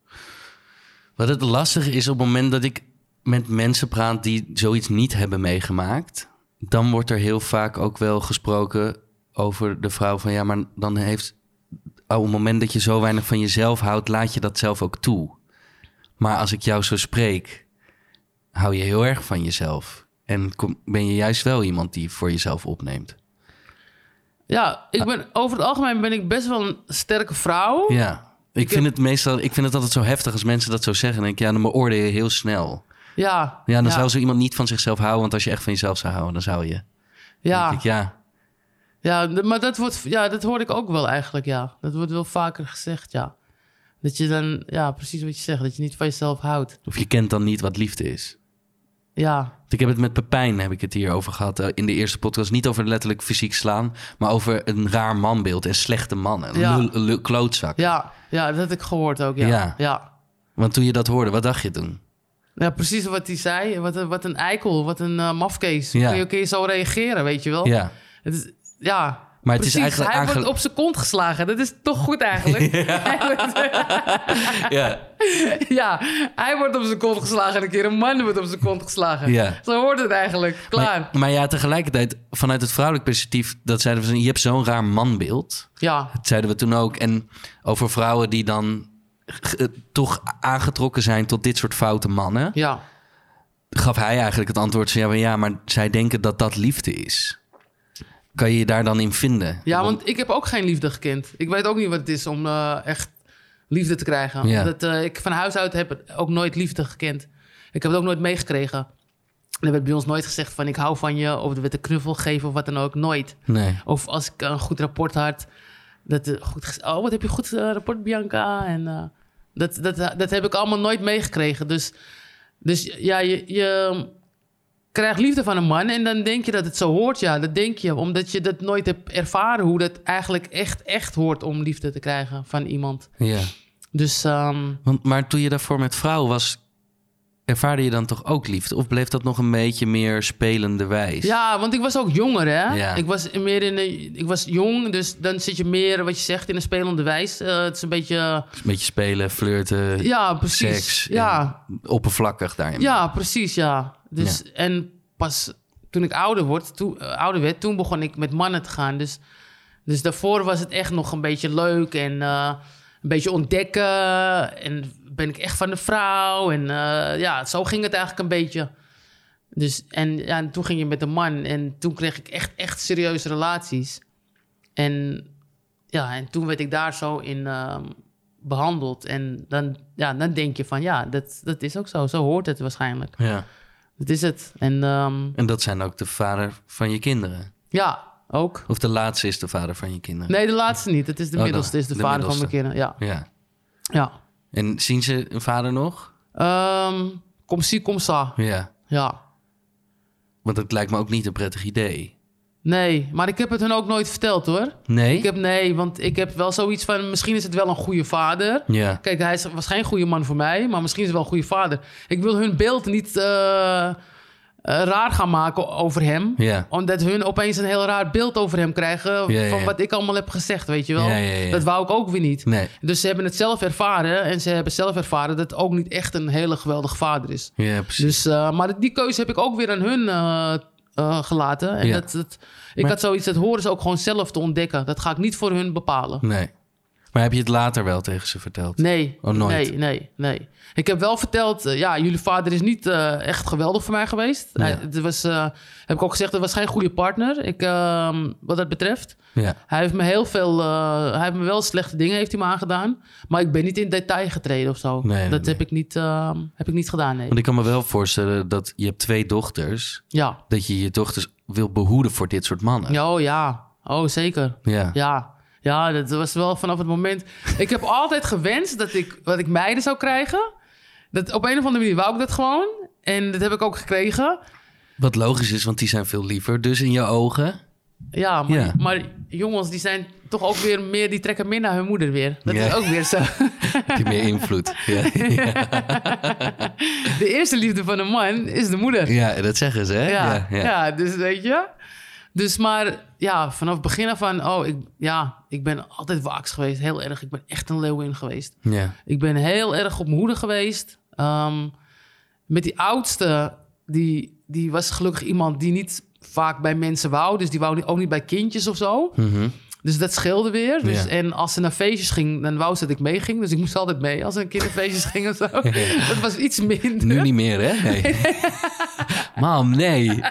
Wat het lastige is op het moment dat ik met mensen praat die zoiets niet hebben meegemaakt... dan wordt er heel vaak ook wel gesproken over de vrouw van... ja, maar dan heeft... op het moment dat je zo weinig van jezelf houdt... laat je dat zelf ook toe. Maar als ik jou zo spreek... hou je heel erg van jezelf. En kom, ben je juist wel iemand die voor jezelf opneemt. Ja, ik ben, over het algemeen ben ik best wel een sterke vrouw. Ja, ik, ik vind heb... het meestal... ik vind het altijd zo heftig als mensen dat zo zeggen. Dan denk ik, ja, dan beoordeel je heel snel... Ja, ja, dan ja. zou zo iemand niet van zichzelf houden. Want als je echt van jezelf zou houden, dan zou je. Ja, denk ik, ja. ja, maar dat wordt, ja, dat hoor ik ook wel eigenlijk, ja. Dat wordt wel vaker gezegd, ja. Dat je dan, ja, precies wat je zegt, dat je niet van jezelf houdt. Of je kent dan niet wat liefde is. Ja. Ik heb het met Pepijn, heb ik het hier over gehad uh, in de eerste podcast. Niet over letterlijk fysiek slaan, maar over een raar manbeeld en slechte mannen. Ja. Lul, lul, klootzak. Ja, ja, dat had ik gehoord ook, ja. Ja. ja. Want toen je dat hoorde, wat dacht je toen? Ja, precies wat hij zei. Wat een, wat een eikel, wat een uh, mafkees. Ja. Kun, je, kun je zo reageren, weet je wel? Ja. Het is, ja, Maar het precies. is eigenlijk Hij aange... wordt op zijn kont geslagen. Dat is toch goed eigenlijk? ja. Ja, hij wordt op zijn kont geslagen en een keer een man wordt op zijn kont geslagen. Ja. Zo hoort het eigenlijk. Klaar. Maar, maar ja, tegelijkertijd, vanuit het vrouwelijk perspectief, dat zeiden we, je hebt zo'n raar manbeeld. Ja. Dat zeiden we toen ook. En over vrouwen die dan uh, toch aangetrokken zijn tot dit soort foute mannen, Ja. gaf hij eigenlijk het antwoord van ja, maar ja, maar zij denken dat dat liefde is. Kan je je daar dan in vinden? Ja, want ik heb ook geen liefde gekend. Ik weet ook niet wat het is om uh, echt liefde te krijgen. Ja. Dat, uh, ik van huis uit heb ook nooit liefde gekend. Ik heb het ook nooit meegekregen. Er werd bij ons nooit gezegd van ik hou van je, of er werd een knuffel gegeven of wat dan ook. Nooit. Nee. Of als ik een goed rapport had, dat uh, goed gez- oh, wat heb je goed uh, rapport, Bianca? En uh, dat, dat, dat heb ik allemaal nooit meegekregen. Dus, dus ja, je, je krijgt liefde van een man en dan denk je dat het zo hoort. Ja, dat denk je, omdat je dat nooit hebt ervaren, hoe dat eigenlijk echt, echt hoort om liefde te krijgen van iemand. Ja. Dus, um, Want, maar toen je daarvoor met vrouwen was, ervaarde je dan toch ook liefde? Of bleef dat nog een beetje meer spelende wijs? ja, want ik was ook jonger, hè? Ja. Ik was meer in een, ik was jong, dus dan zit je meer, wat je zegt, in een spelende wijs. Uh, het is een beetje, Een beetje spelen, flirten, ja, precies. seks. Ja, en oppervlakkig daarin. ja, precies, ja. Dus, Ja. En pas toen ik ouder, word, toen, uh, ouder werd, toen begon ik met mannen te gaan. Dus, dus daarvoor was het echt nog een beetje leuk en uh, een beetje ontdekken. En ben ik echt van de vrouw. En uh, ja, zo ging het eigenlijk een beetje. Dus, en, ja, en toen ging je met een man. En toen kreeg ik echt, echt serieuze relaties. En, ja, en toen werd ik daar zo in uh, behandeld. En dan, ja, dan denk je van, ja, dat, dat is ook zo. Zo hoort het waarschijnlijk. Ja. Dat is het. En um, En dat zijn ook de vader van je kinderen? ja, ook. Of de laatste is de vader van je kinderen? Nee, de laatste niet. Het is de Oh, middelste, is de, de vader van middelste. mijn kinderen. Ja, Ja. ja. En zien ze een vader nog? Um, kom zie, kom sa. Ja. Ja. Want het lijkt me ook niet een prettig idee. Nee, maar ik heb het hun ook nooit verteld, hoor. Nee? Ik heb, nee, want ik heb wel zoiets van, misschien is het wel een goede vader. Ja. Kijk, hij is, was geen goede man voor mij, maar misschien is het wel een goede vader. Ik wil hun beeld niet uh, uh, raar gaan maken over hem. Ja. Omdat hun opeens een heel raar beeld over hem krijgen Ja, ja, van ja. wat ik allemaal heb gezegd, weet je wel. Ja, ja, ja. Dat wou ik ook weer niet. Nee. Dus ze hebben het zelf ervaren en ze hebben zelf ervaren dat het ook niet echt een hele geweldige vader is. Ja, precies. Dus, uh, maar die keuze heb ik ook weer aan hun uh, uh, gelaten. En Ja. dat, dat, ik Maar- had zoiets, dat horen ze ook gewoon zelf te ontdekken. Dat ga ik niet voor hun bepalen. Nee. Maar heb je het later wel tegen ze verteld? Nee, Oh, nooit? nee, nee, nee. Ik heb wel verteld, uh, ja, jullie vader is niet uh, echt geweldig voor mij geweest. Ja. Hij, het was, uh, heb ik ook gezegd, het was geen goede partner, ik, uh, wat dat betreft. Ja. Hij heeft me heel veel, uh, hij heeft me wel slechte dingen heeft hij me aangedaan. Maar ik ben niet in detail getreden of zo. Nee, nee, dat nee. Heb, ik niet, uh, heb ik niet gedaan, nee. Want ik kan me wel voorstellen dat je hebt twee dochters. Ja, Dat je je dochters wil behoeden voor dit soort mannen. ja, oh ja, oh zeker. Ja. Ja, ja, dat was wel vanaf het moment. Ik heb altijd gewenst dat ik, dat ik meiden zou krijgen. Dat, op een of andere manier wou ik dat gewoon. En dat heb ik ook gekregen. Wat logisch is, want die zijn veel liever. Dus in je ogen. Ja, maar, Ja. maar jongens, die zijn toch ook weer meer, die trekken meer naar hun moeder weer. Dat Ja. is ook weer zo. Heb je meer invloed. Ja. De eerste liefde van een man is de moeder. ja, dat zeggen ze, hè? Ja, ja. Dus weet je. Dus maar ja, vanaf het begin af aan, oh, ik, ja, ik ben altijd waaks geweest, heel erg. Ik ben echt een leeuwin geweest. Ja. Ik ben heel erg op mijn hoede geweest. Um, met die oudste, die, die was gelukkig iemand die niet vaak bij mensen wou. Dus die wou niet- ook niet bij kindjes of zo. Mhm. Dus dat scheelde weer. Dus, Ja. En als ze naar feestjes ging, dan wou ze dat ik meeging. Dus ik moest altijd mee als er een kinderfeestjes ging of zo. Dat was iets minder. Nu niet meer, hè? Nee. Mam, nee.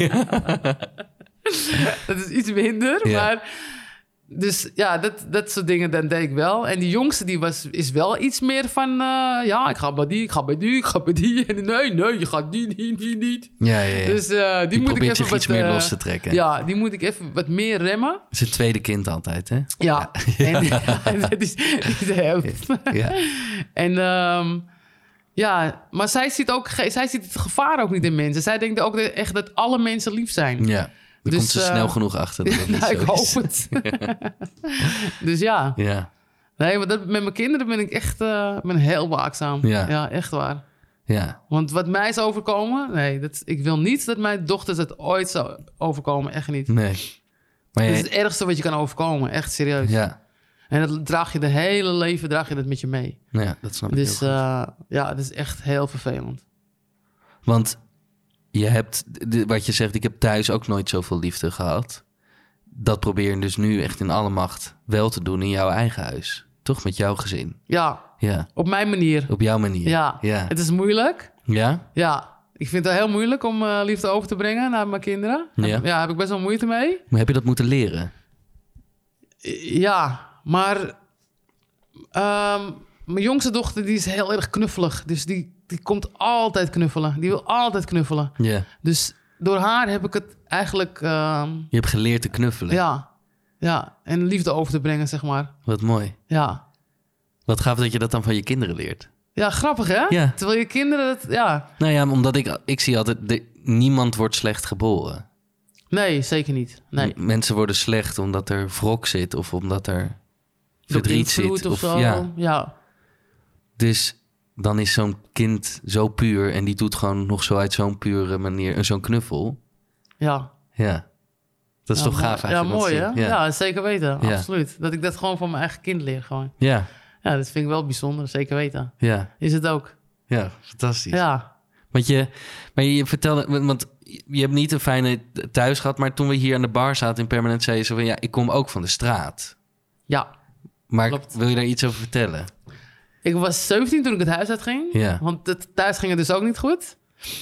Dat is iets minder, Ja. maar... Dus ja, dat, dat soort dingen, dan deed ik wel. En die jongste, die was, is wel iets meer van... Uh, ja, ik ga bij die, ik ga bij die, ik ga bij die. En nee, nee, je gaat die, die, die niet. Ja, ja, ja. Dus uh, die, die moet ik probeert even zich wat... iets meer uh, los te trekken. Ja, die moet ik even wat meer remmen. Dat is het tweede kind altijd, hè? Ja, en dat is, is de helft. Ja. En, um, Ja, maar zij ziet, ook, ge- zij ziet het gevaar ook niet in mensen. Zij denkt ook de- echt dat alle mensen lief zijn. Ja, daar Dus, komt ze uh, snel genoeg achter. Dat dat niet Nou, zo ik hoop is. het. Dus ja. Ja, Nee, maar dat, met mijn kinderen ben ik echt uh, ben heel waakzaam. Ja. Ja, echt waar. ja, Want wat mij is overkomen... Nee, dat, ik wil niet dat mijn dochters het ooit zou overkomen. Echt niet. nee. Maar Dat jij, is het ergste wat je kan overkomen. Echt serieus. ja, En dat draag je de hele leven draag je dat met je mee. nou ja, dat snap ik Dus heel goed. uh, ja, dat is echt heel vervelend. Want je hebt, de- wat je zegt, ik heb thuis ook nooit zoveel liefde gehad. Dat probeer je dus nu echt in alle macht wel te doen in jouw eigen huis. Toch met jouw gezin. Ja, Ja, op mijn manier. op jouw manier. Ja, ja. het is moeilijk. Ja? Ja, ik vind het heel moeilijk om uh, liefde over te brengen naar mijn kinderen. Ja. Ja, daar heb ik best wel moeite mee. Maar heb je dat moeten leren? Ja, maar ehm, mijn jongste dochter die is heel erg knuffelig. Dus die, die komt altijd knuffelen. Die wil altijd knuffelen. Ja. Dus door haar heb ik het eigenlijk... ehm, Je hebt geleerd te knuffelen. ja, ja, en liefde over te brengen, zeg maar. Wat mooi. Ja, Wat gaaf dat je dat dan van je kinderen leert. ja grappig hè? Ja. Terwijl je kinderen het... Ja, Nou ja, omdat ik, ik zie altijd, de, niemand wordt slecht geboren. nee, zeker niet. Nee. M- Mensen worden slecht omdat er wrok zit of omdat er verdriet zit. Invloed of zo. ja. Ja. Dus dan is zo'n kind zo puur en die doet gewoon nog zo uit zo'n pure manier en zo'n knuffel. Ja. Ja, dat is Ja, toch mooi. gaaf eigenlijk. Ja, mooi hè? om te Ja. zien. Ja. zeker weten. Ja. Absoluut. Dat ik dat gewoon van mijn eigen kind leer gewoon. Ja, Ja, dat vind ik wel bijzonder. Zeker weten. ja, Is het ook. ja, fantastisch. Ja. Want je, maar je vertelde, want je hebt niet een fijne thuis gehad, maar toen we hier aan de bar zaten in Permanent zei je zo van ja, ik kom ook van de straat. Ja. Maar Klopt. wil je daar iets over vertellen? Ik was zeventien toen ik het huis uitging. Ja. Want het, thuis ging het dus ook niet goed.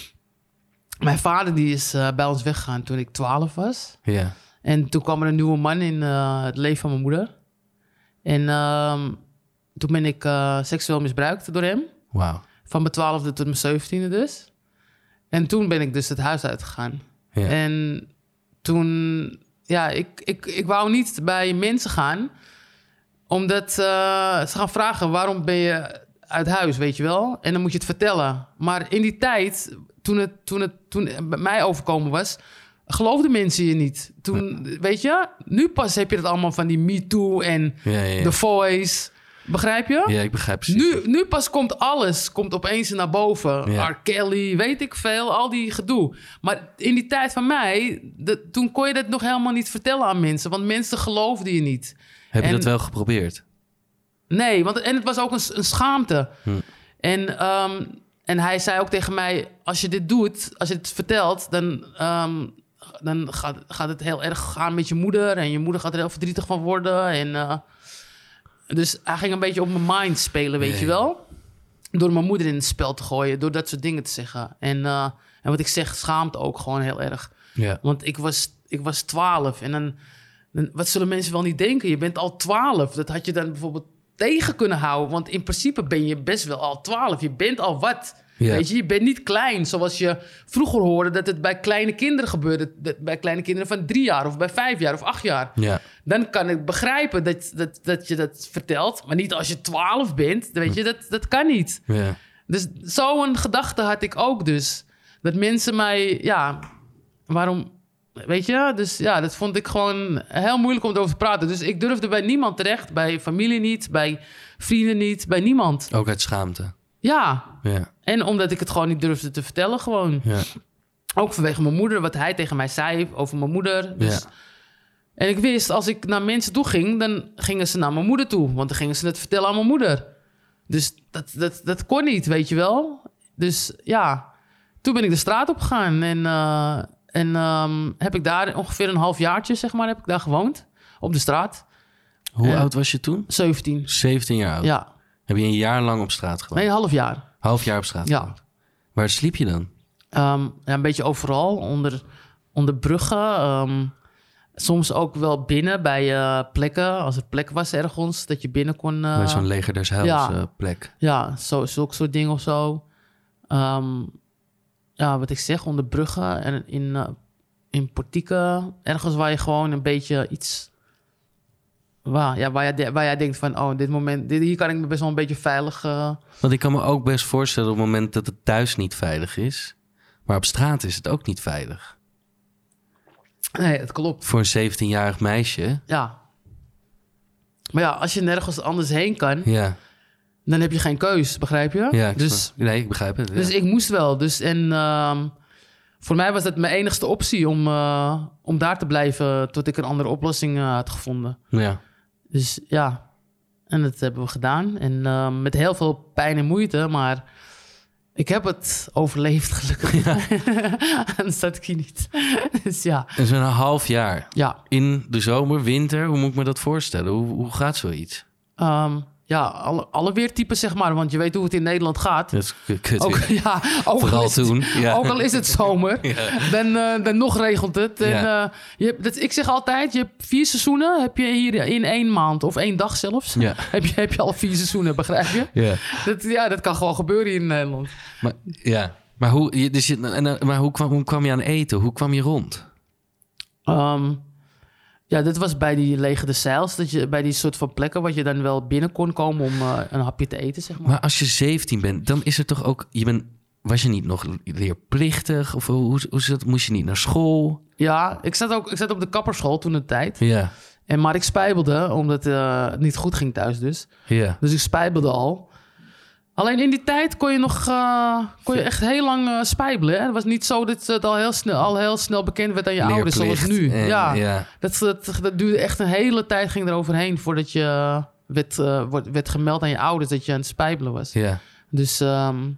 Mijn vader die is uh, bij ons weggegaan toen ik twaalf was. Ja, En toen kwam er een nieuwe man in uh, het leven van mijn moeder. En uh, toen ben ik uh, seksueel misbruikt door hem. wauw. Van mijn twaalfde tot mijn zeventiende dus. En toen ben ik dus het huis uitgegaan. Ja. En toen... Ja, ik, ik, ik wou niet bij mensen gaan. Omdat uh, ze gaan vragen... waarom ben je uit huis, weet je wel? En dan moet je het vertellen. Maar in die tijd, toen het, toen het, toen het bij mij overkomen was... geloofden mensen je niet. Toen, weet je... Nu pas heb je het allemaal van die Me Too en Ja, ja, ja. The Voice... Begrijp je? Ja, ik begrijp precies. Nu, nu pas komt alles komt opeens naar boven. Ja. R. Kelly, weet ik veel, al die gedoe. Maar in die tijd van mij, de, toen kon je dat nog helemaal niet vertellen aan mensen. Want mensen geloofden je niet. Heb je en- dat wel geprobeerd? Nee, want, en het was ook een, een schaamte. Hm. En, ehm, en hij zei ook tegen mij, als je dit doet, als je het vertelt... dan, ehm, dan gaat, gaat het heel erg gaan met je moeder. En je moeder gaat er heel verdrietig van worden. En... eh, Dus hij ging een beetje op mijn mind spelen, weet Ja, je ja. wel. Door mijn moeder in het spel te gooien, door dat soort dingen te zeggen. En, uh, en wat ik zeg, schaamt ook gewoon heel erg. Ja. Want ik was, ik was twaalf en dan, dan... Wat zullen mensen wel niet denken? Je bent al twaalf. Dat had je dan bijvoorbeeld tegen kunnen houden. Want in principe ben je best wel al twaalf. Je bent al wat. Ja. Weet je, je bent niet klein. Zoals je vroeger hoorde dat het bij kleine kinderen gebeurde. Dat bij kleine kinderen van drie jaar of bij vijf jaar of acht jaar. Ja. Dan kan ik begrijpen dat, dat, dat je dat vertelt. Maar niet als je twaalf bent. Weet je, dat, dat kan niet. Ja. Dus zo'n gedachte had ik ook dus. Dat mensen mij, ja, waarom, weet je? Dus ja, dat vond ik gewoon heel moeilijk om erover te praten. Dus ik durfde bij niemand terecht. Bij familie niet, bij vrienden niet, bij niemand. Ook uit schaamte. Ja, Ja. en omdat ik het gewoon niet durfde te vertellen gewoon. Ja. Ook vanwege mijn moeder, wat hij tegen mij zei over mijn moeder. Dus... Ja. En ik wist, als ik naar mensen toe ging, dan gingen ze naar mijn moeder toe. Want dan gingen ze het vertellen aan mijn moeder. Dus dat, dat, dat kon niet, weet je wel. Dus ja, toen ben ik de straat op gegaan. En, uh, en um, heb ik daar ongeveer een halfjaartje, zeg maar, heb ik daar gewoond. Op de straat. Hoe Ja. oud was je toen? zeventien. zeventien jaar oud. Ja. Heb je een jaar lang op straat gewoond? Nee, een half jaar. Half jaar op straat Ja. gewoond. Waar sliep je dan? Um, ja, een beetje overal, onder, onder bruggen. Um, soms ook wel binnen bij uh, plekken. Als er plek was ergens, dat je binnen kon... Uh, Bij zo'n leger des heils ja. eh, plek. Ja, zo, zulke soort dingen of zo. Um, ja, wat ik zeg, onder bruggen en in, uh, in portieken. Ergens waar je gewoon een beetje iets waar, ja, waar, jij, waar jij denkt van... oh, dit moment, dit, hier kan ik me best wel een beetje veilig... Uh... Want ik kan me ook best voorstellen op het moment dat het thuis niet veilig is... maar op straat is het ook niet veilig. Nee, het klopt. Voor een zeventienjarig meisje. Ja. Maar ja, als je nergens anders heen kan... Ja. dan heb je geen keus, begrijp je? Ja, ik dus, nee, ik begrijp het. Ja. Dus ik moest wel. Dus, en uh, voor mij was dat mijn enigste optie om, uh, om daar te blijven... tot ik een andere oplossing uh, had gevonden. Ja. Dus ja, en dat hebben we gedaan. En uh, met heel veel pijn en moeite, maar... ik heb het overleefd, gelukkig. Ja. Anders zat ik hier niet. Dus ja. En zo'n half jaar. Ja. In de zomer, winter, hoe moet ik me dat voorstellen? Hoe, hoe gaat zoiets? Um, ja, alle, alle weertypes, zeg maar. Want je weet hoe het in Nederland gaat. Dat is kut ook, ja, ook Vooral het, toen. Ja. Ook al is het zomer, ja. dan, uh, dan nog regelt het. En, ja. uh, je hebt, dat, ik zeg altijd, je hebt vier seizoenen. Heb je hier in één maand of één dag zelfs. Ja. heb, je, heb je al vier seizoenen, begrijp je? Ja. Dat, ja, dat kan gewoon gebeuren hier in Nederland. Maar, ja. maar, hoe, dus je, en, maar hoe, kwam, hoe kwam je aan eten? Hoe kwam je rond? Um, Ja, dit was bij die Leger de Zeils. Dat je bij die soort van plekken waar je dan wel binnen kon komen om uh, een hapje te eten, zeg maar. Maar als je zeventien bent, dan is er toch ook... Je bent, was je niet nog leerplichtig? Of hoe, hoe zat, moest je niet naar school? Ja, ik zat ook ik zat op de kapperschool toen de tijd. Ja. En, maar ik spijbelde, omdat uh, het niet goed ging thuis dus. Ja. Dus ik spijbelde al. Alleen in die tijd kon je nog uh, kon je echt heel lang uh, spijbelen. Hè? Het was niet zo dat het al heel snel, al heel snel bekend werd aan je ouders, zoals nu. En, ja, ja. Dat, dat, dat duurde echt een hele tijd, ging er overheen voordat je werd, uh, werd gemeld aan je ouders dat je aan het spijbelen was. Ja. Dus um,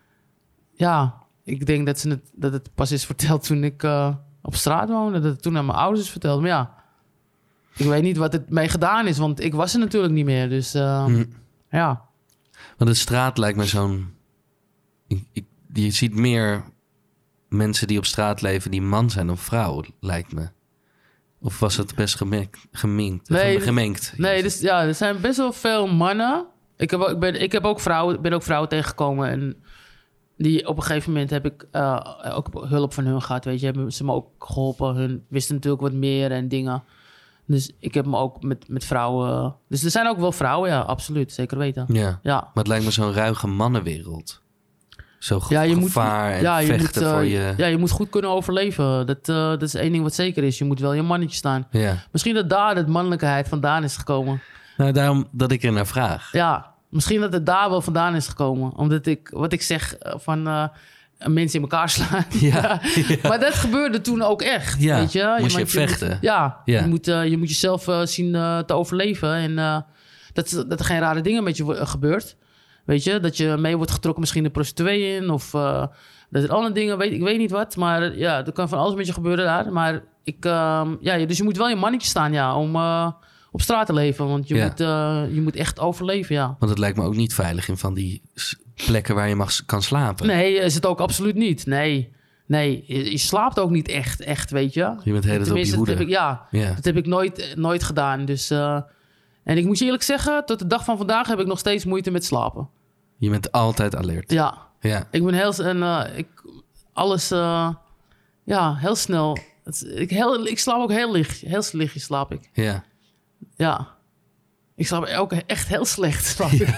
ja, ik denk dat, ze het, dat het pas is verteld toen ik uh, op straat woonde. Dat het toen aan mijn ouders is verteld. Maar ja, ik weet niet wat het mee gedaan is, want ik was er natuurlijk niet meer. Dus uh, hm. ja. Want de straat lijkt me zo'n... Ik, ik, je ziet meer mensen die op straat leven die man zijn dan vrouw, lijkt me. Of was het best gemengd? gemengd nee, gemengd nee dus, ja, er zijn best wel veel mannen. Ik heb, ik ben, ik heb ook vrouwen, ben ook vrouwen tegengekomen. En die op een gegeven moment heb ik uh, ook hulp van hun gehad. Weet je, hebben ze me ook geholpen. Hun wisten natuurlijk wat meer en dingen. Dus ik heb me ook met, met vrouwen... Dus er zijn ook wel vrouwen, ja, absoluut. Zeker weten. Ja, ja. Maar het lijkt me zo'n ruige mannenwereld. Zo ge- ja, je gevaar moet, en ja, je vechten moet, uh, voor je... Ja, je moet goed kunnen overleven. Dat, uh, dat is één ding wat zeker is. Je moet wel je mannetje staan. Ja. Misschien dat daar de mannelijkheid vandaan is gekomen. Nou, daarom dat ik er naar vraag. Ja, misschien dat het daar wel vandaan is gekomen. Omdat ik, wat ik zeg van... Uh, mensen in elkaar slaan. Ja, ja. Maar dat gebeurde toen ook echt. Ja, weet je? moest je, je vechten. Moet, ja, ja, je moet, uh, je moet jezelf uh, zien uh, te overleven. En uh, dat, dat er geen rare dingen met je uh, gebeurt. Weet je? Dat je mee wordt getrokken misschien de prostituee in. Of uh, dat er andere dingen, weet, ik weet niet wat. Maar ja, er kan van alles met je gebeuren daar. Maar ik, uh, ja, dus je moet wel je mannetje staan, ja. Om uh, op straat te leven. Want je, ja. moet, uh, je moet echt overleven, ja. Want het lijkt me ook niet veilig in van die... plekken waar je mag, kan slapen. Nee, is het ook absoluut niet. Nee, nee je, je slaapt ook niet echt, echt, weet je. Je bent heel op je hoede. Dat heb ik, ja, yeah. dat heb ik nooit, nooit gedaan. Dus, uh, en ik moet je eerlijk zeggen, tot de dag van vandaag heb ik nog steeds moeite met slapen. Je bent altijd alert. Ja, ja. Ik ben heel... En, uh, ik, alles, uh, ja, heel snel. Het, ik, heel, ik slaap ook heel licht. Heel lichtjes slaap ik. Ja. Ja. Ik slaap ook echt heel slecht, slaap ik.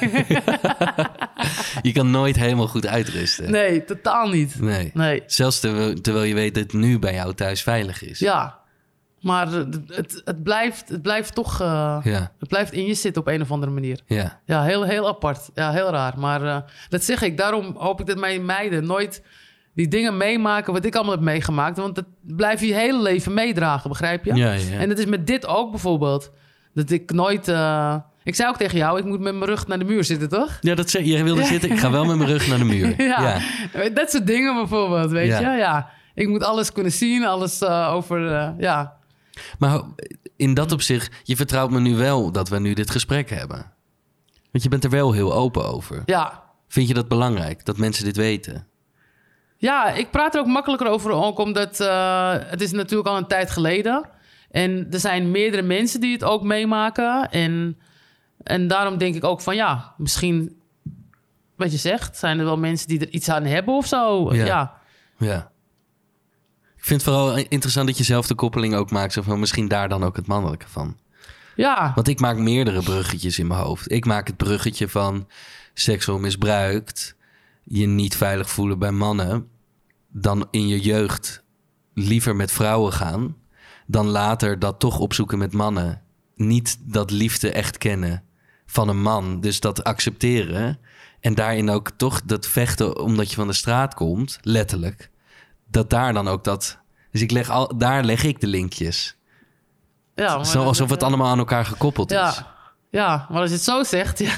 Je kan nooit helemaal goed uitrusten. Nee, totaal niet. Nee. nee. Zelfs terwijl, terwijl je weet dat het nu bij jou thuis veilig is. Ja, maar het, het, het, blijft, het blijft toch... Uh, ja. Het blijft in je zitten op een of andere manier. Ja, ja heel, heel apart. Ja, heel raar. Maar uh, dat zeg ik. Daarom hoop ik dat mijn meiden nooit die dingen meemaken wat ik allemaal heb meegemaakt. Want dat blijf je je hele leven meedragen, begrijp je? Ja, ja. En dat is met dit ook bijvoorbeeld. Dat ik nooit... Uh, ik zei ook tegen jou, ik moet met mijn rug naar de muur zitten, toch? Ja, dat zei, je wilde ja. zitten. Ik ga wel met mijn rug naar de muur. ja. ja, dat soort dingen bijvoorbeeld, weet ja. je? Ja, ik moet alles kunnen zien, alles uh, over, uh, ja. Maar in dat opzicht, je vertrouwt me nu wel dat we nu dit gesprek hebben. Want je bent er wel heel open over. Ja. Vind je dat belangrijk, dat mensen dit weten? Ja, ik praat er ook makkelijker over, ook omdat uh, het is natuurlijk al een tijd geleden. En er zijn meerdere mensen die het ook meemaken. En, en daarom denk ik ook van ja, misschien, wat je zegt, zijn er wel mensen die er iets aan hebben of zo. Ja. ja. ja. Ik vind het vooral interessant dat je zelf de koppeling ook maakt. Zo van misschien daar dan ook het mannelijke van. Ja. Want ik maak meerdere bruggetjes in mijn hoofd. Ik maak het bruggetje van seksueel misbruikt, je niet veilig voelen bij mannen, dan in je jeugd liever met vrouwen gaan, dan later dat toch opzoeken met mannen. Niet dat liefde echt kennen van een man. Dus dat accepteren. En daarin ook toch dat vechten omdat je van de straat komt, letterlijk. Dat daar dan ook dat... Dus ik leg al, daar leg ik de linkjes. Ja, maar zo, alsof dat, het allemaal aan elkaar gekoppeld is. Ja, ja, maar als je het zo zegt... Ja,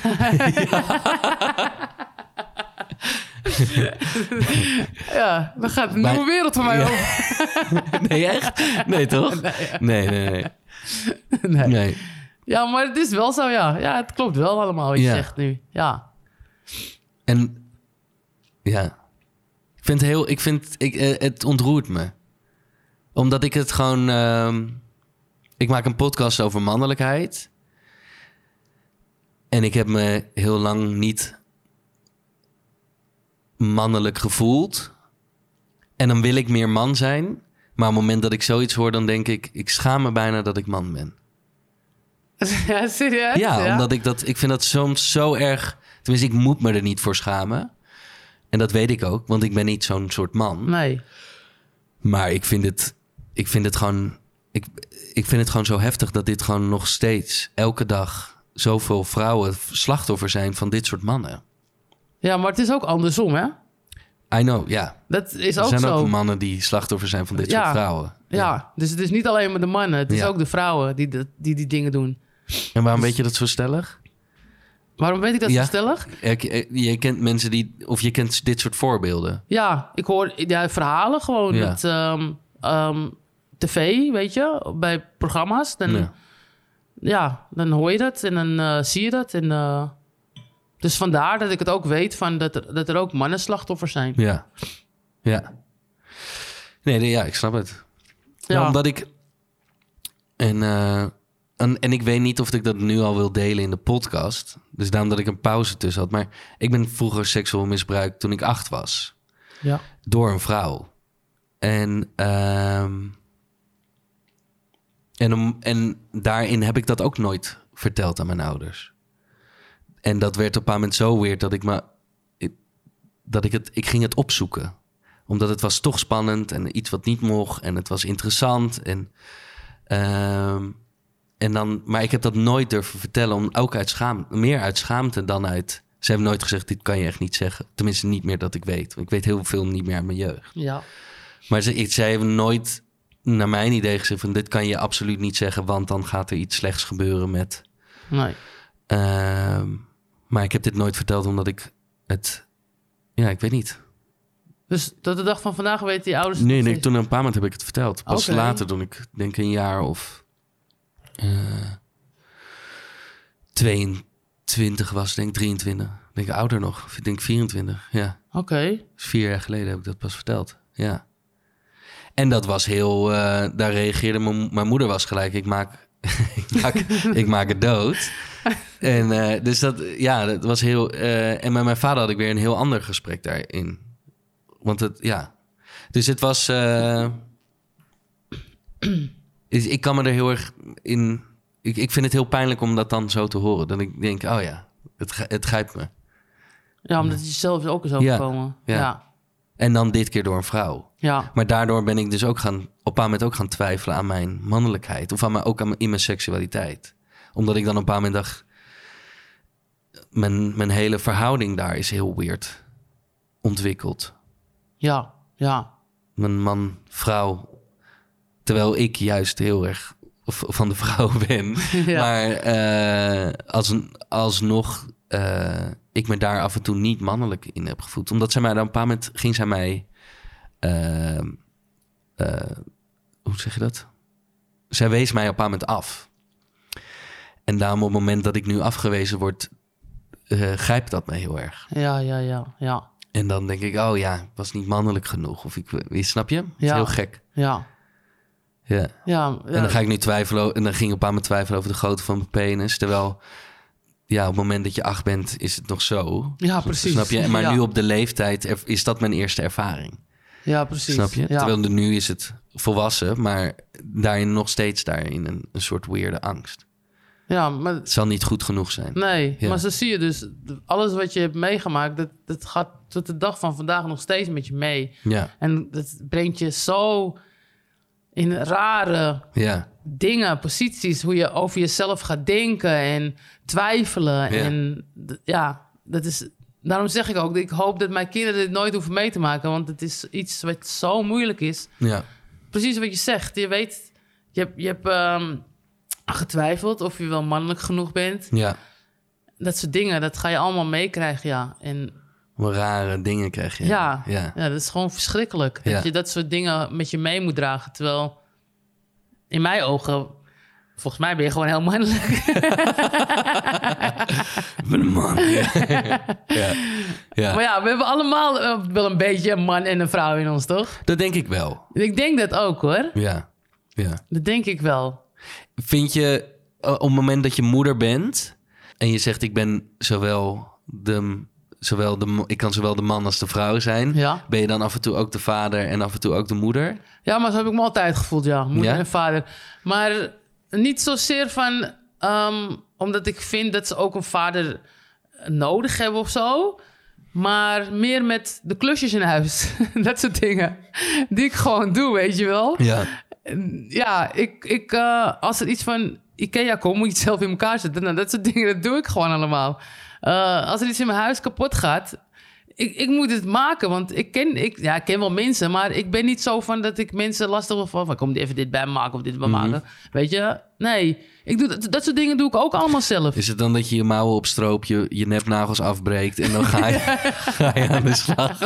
ja dan gaat een Maar- nieuwe wereld voor mij Ja. open. Nee, echt? Nee, toch? Nee, nee, nee. Nee. nee. Ja, maar het is wel zo, ja. Ja, het klopt wel allemaal wat je Ja. zegt nu. Ja. En ja, ik vind het heel, ik vind, ik, eh, het ontroert me. Omdat ik het gewoon, ehm, ik maak een podcast over mannelijkheid. En ik heb me heel lang niet mannelijk gevoeld. En dan wil ik meer man zijn. Maar op het moment dat ik zoiets hoor, dan denk ik, ik schaam me bijna dat ik man ben. Ja, serieus? Ja, omdat ik dat, ik vind dat soms zo erg. Tenminste, ik moet me er niet voor schamen. En dat weet ik ook, want ik ben niet zo'n soort man. Nee. Maar ik vind het, ik vind het gewoon, ik, ik vind het gewoon zo heftig dat dit gewoon nog steeds elke dag zoveel vrouwen slachtoffer zijn van dit soort mannen. Ja, maar het is ook andersom, hè? I know, ja. Dat is Er ook zijn zo. ook mannen die slachtoffer zijn van dit Ja. soort vrouwen. Ja, dus het is niet alleen maar de mannen. Het is Ja. ook de vrouwen die, dat- die die dingen doen. En waarom weet je dat zo stellig? Waarom weet ik dat Ja. zo stellig? Je, je kent mensen die, of je kent dit soort voorbeelden. Ja, ik hoor ja, verhalen gewoon Ja. met ehm, ehm, tv, weet je, bij programma's. Dan, ja. Ja. dan hoor je dat en dan eh, zie je dat. En, eh, dus vandaar dat ik het ook weet van dat, er, dat er ook mannen slachtoffers zijn. Ja. Ja. Nee, nee, ja, ik snap het. Ja. Ja. Omdat ik... En, eh, en, en ik weet niet of ik dat nu al wil delen in de podcast. Dus daarom dat ik een pauze tussen had. Maar ik ben vroeger seksueel misbruikt toen ik acht was. Ja. Door een vrouw. En, ehm, en, om, en daarin heb ik dat ook nooit verteld aan mijn ouders. En dat werd op een bepaald moment zo weird dat ik me... ik- dat ik het... Ik ging het opzoeken. Omdat het was toch spannend en iets wat niet mocht. En het was interessant. En, ehm, en dan, maar ik heb dat nooit durven vertellen. Om, ook uit schaam, meer uit schaamte dan uit... Ze hebben nooit gezegd, dit kan je echt niet zeggen. Tenminste, niet meer dat ik weet. Ik weet heel veel niet meer uit mijn jeugd. Ja. Maar ze, ik- zij hebben nooit, naar mijn idee, gezegd van... dit kan je absoluut niet zeggen, want dan gaat er iets slechts gebeuren met... Nee. Ehm, maar ik heb dit nooit verteld omdat ik het... Ja, ik weet niet. Dus tot de dag van vandaag weten die ouders... het Nee, nog nee, steeds? toen een paar maanden heb ik het verteld. Pas Oké. later, toen ik denk een jaar of eh, tweeëntwintig was, denk ik drieëntwintig. Denk ik ouder nog, of ik denk vierentwintig. Ja, Oké. dus vier jaar geleden heb ik dat pas verteld. Ja. En dat was heel, eh, daar reageerde mijn, mijn moeder was gelijk. Ik maak, ik maak, ik maak het dood. En eh, dus dat, ja, dat was heel. eh, en met mijn vader had ik weer een heel ander gesprek daarin. Want het, ja. Dus het was. eh, is- ik kan me er heel erg in. Ik, ik vind het heel pijnlijk om dat dan zo te horen. Dat ik denk, oh ja, het, gri- het grijpt me. Ja, omdat het jezelf ook is Ja. overkomen. Ja. Ja. Ja. En dan dit keer door een vrouw. Ja. Maar daardoor ben ik dus ook gaan, op een bepaald moment ook gaan twijfelen aan mijn mannelijkheid. Of aan mijn, ook aan mijn, in mijn seksualiteit. Omdat ik dan op een bepaald moment dacht, mijn, mijn hele verhouding daar is heel weird ontwikkeld. Ja. Ja. Mijn man-vrouw. Terwijl ik juist heel erg v- van de vrouw ben. Ja. Maar eh, als, alsnog eh, ik me daar af en toe niet mannelijk in heb gevoeld. Omdat zij mij dan op een bepaald moment ging zij mij... eh, eh, hoe zeg je dat? Zij wees mij op een bepaald moment af. En daarom op het moment dat ik nu afgewezen word... eh, grijpt dat me heel erg. Ja, ja, ja, ja. En dan denk ik, oh ja, ik was niet mannelijk genoeg. Of ik, snap je? Het is Ja. heel gek. Ja. Ja. Ja, ja. En dan ga ik nu twijfelen... o- En dan ging ik op een moment twijfelen over de grootte van mijn penis. Terwijl, ja, op het moment dat je acht bent, is het nog zo. Ja, precies. Snap je? Maar Ja. nu op de leeftijd er- is dat mijn eerste ervaring. Ja, precies. Snap je? Ja. Terwijl de- nu is het volwassen, maar daarin nog steeds daarin een, een soort weirde angst. Ja, maar... Het zal niet goed genoeg zijn. Nee, Ja. maar zo zie je dus... alles wat je hebt meegemaakt... Dat, dat gaat tot de dag van vandaag nog steeds met je mee. Ja, En dat brengt je zo in rare ja, dingen, posities... hoe je over jezelf gaat denken en twijfelen. Ja. En d- ja, dat is... Daarom zeg ik ook, ik hoop dat mijn kinderen dit nooit hoeven mee te maken. Want het is iets wat zo moeilijk is. ja. Precies wat je zegt. Je weet, je hebt, je hebt ehm, getwijfeld of je wel mannelijk genoeg bent. ja. Dat soort dingen, dat ga je allemaal meekrijgen, ja. En Wat rare dingen krijg je. ja, ja. ja, dat is gewoon verschrikkelijk. Ja. Dat je dat soort dingen met je mee moet dragen. Terwijl, in mijn ogen, volgens mij ben je gewoon heel mannelijk. Ik ben een man. Ja. ja. ja. Maar ja, we hebben allemaal eh, wel een beetje een man en een vrouw in ons, toch? Dat denk ik wel. Ik denk dat ook, hoor. Ja. ja. Dat denk ik wel. Vind je, uh, op het moment dat je moeder bent... en je zegt, ik ben zowel de... Zowel de, ik kan zowel de man als de vrouw zijn. Ja. Ben je dan af en toe ook de vader en af en toe ook de moeder? Ja, maar zo heb ik me altijd gevoeld, ja. Moeder Ja? en vader. Maar niet zozeer van... ehm, omdat ik vind dat ze ook een vader nodig hebben of zo. Maar meer met de klusjes in huis. Dat soort dingen. Die ik gewoon doe, weet je wel. Ja. Ja, ik, ik, eh, als er iets van IKEA komt, moet je het zelf in elkaar zetten. Nou, dat soort dingen, dat doe ik gewoon allemaal. Uh, als er iets in mijn huis kapot gaat... Ik, ik moet het maken, want ik ken, ik, ja, ik ken wel mensen... maar ik ben niet zo van dat ik mensen lastig wil van... kom even dit bij me maken of dit bij Mhm. maken. Weet je? Nee, ik doe, dat, dat soort dingen doe ik ook allemaal zelf. Is het dan dat je je mouwen opstroopt, je, je nepnagels afbreekt... en dan ga je, ga je aan de slag?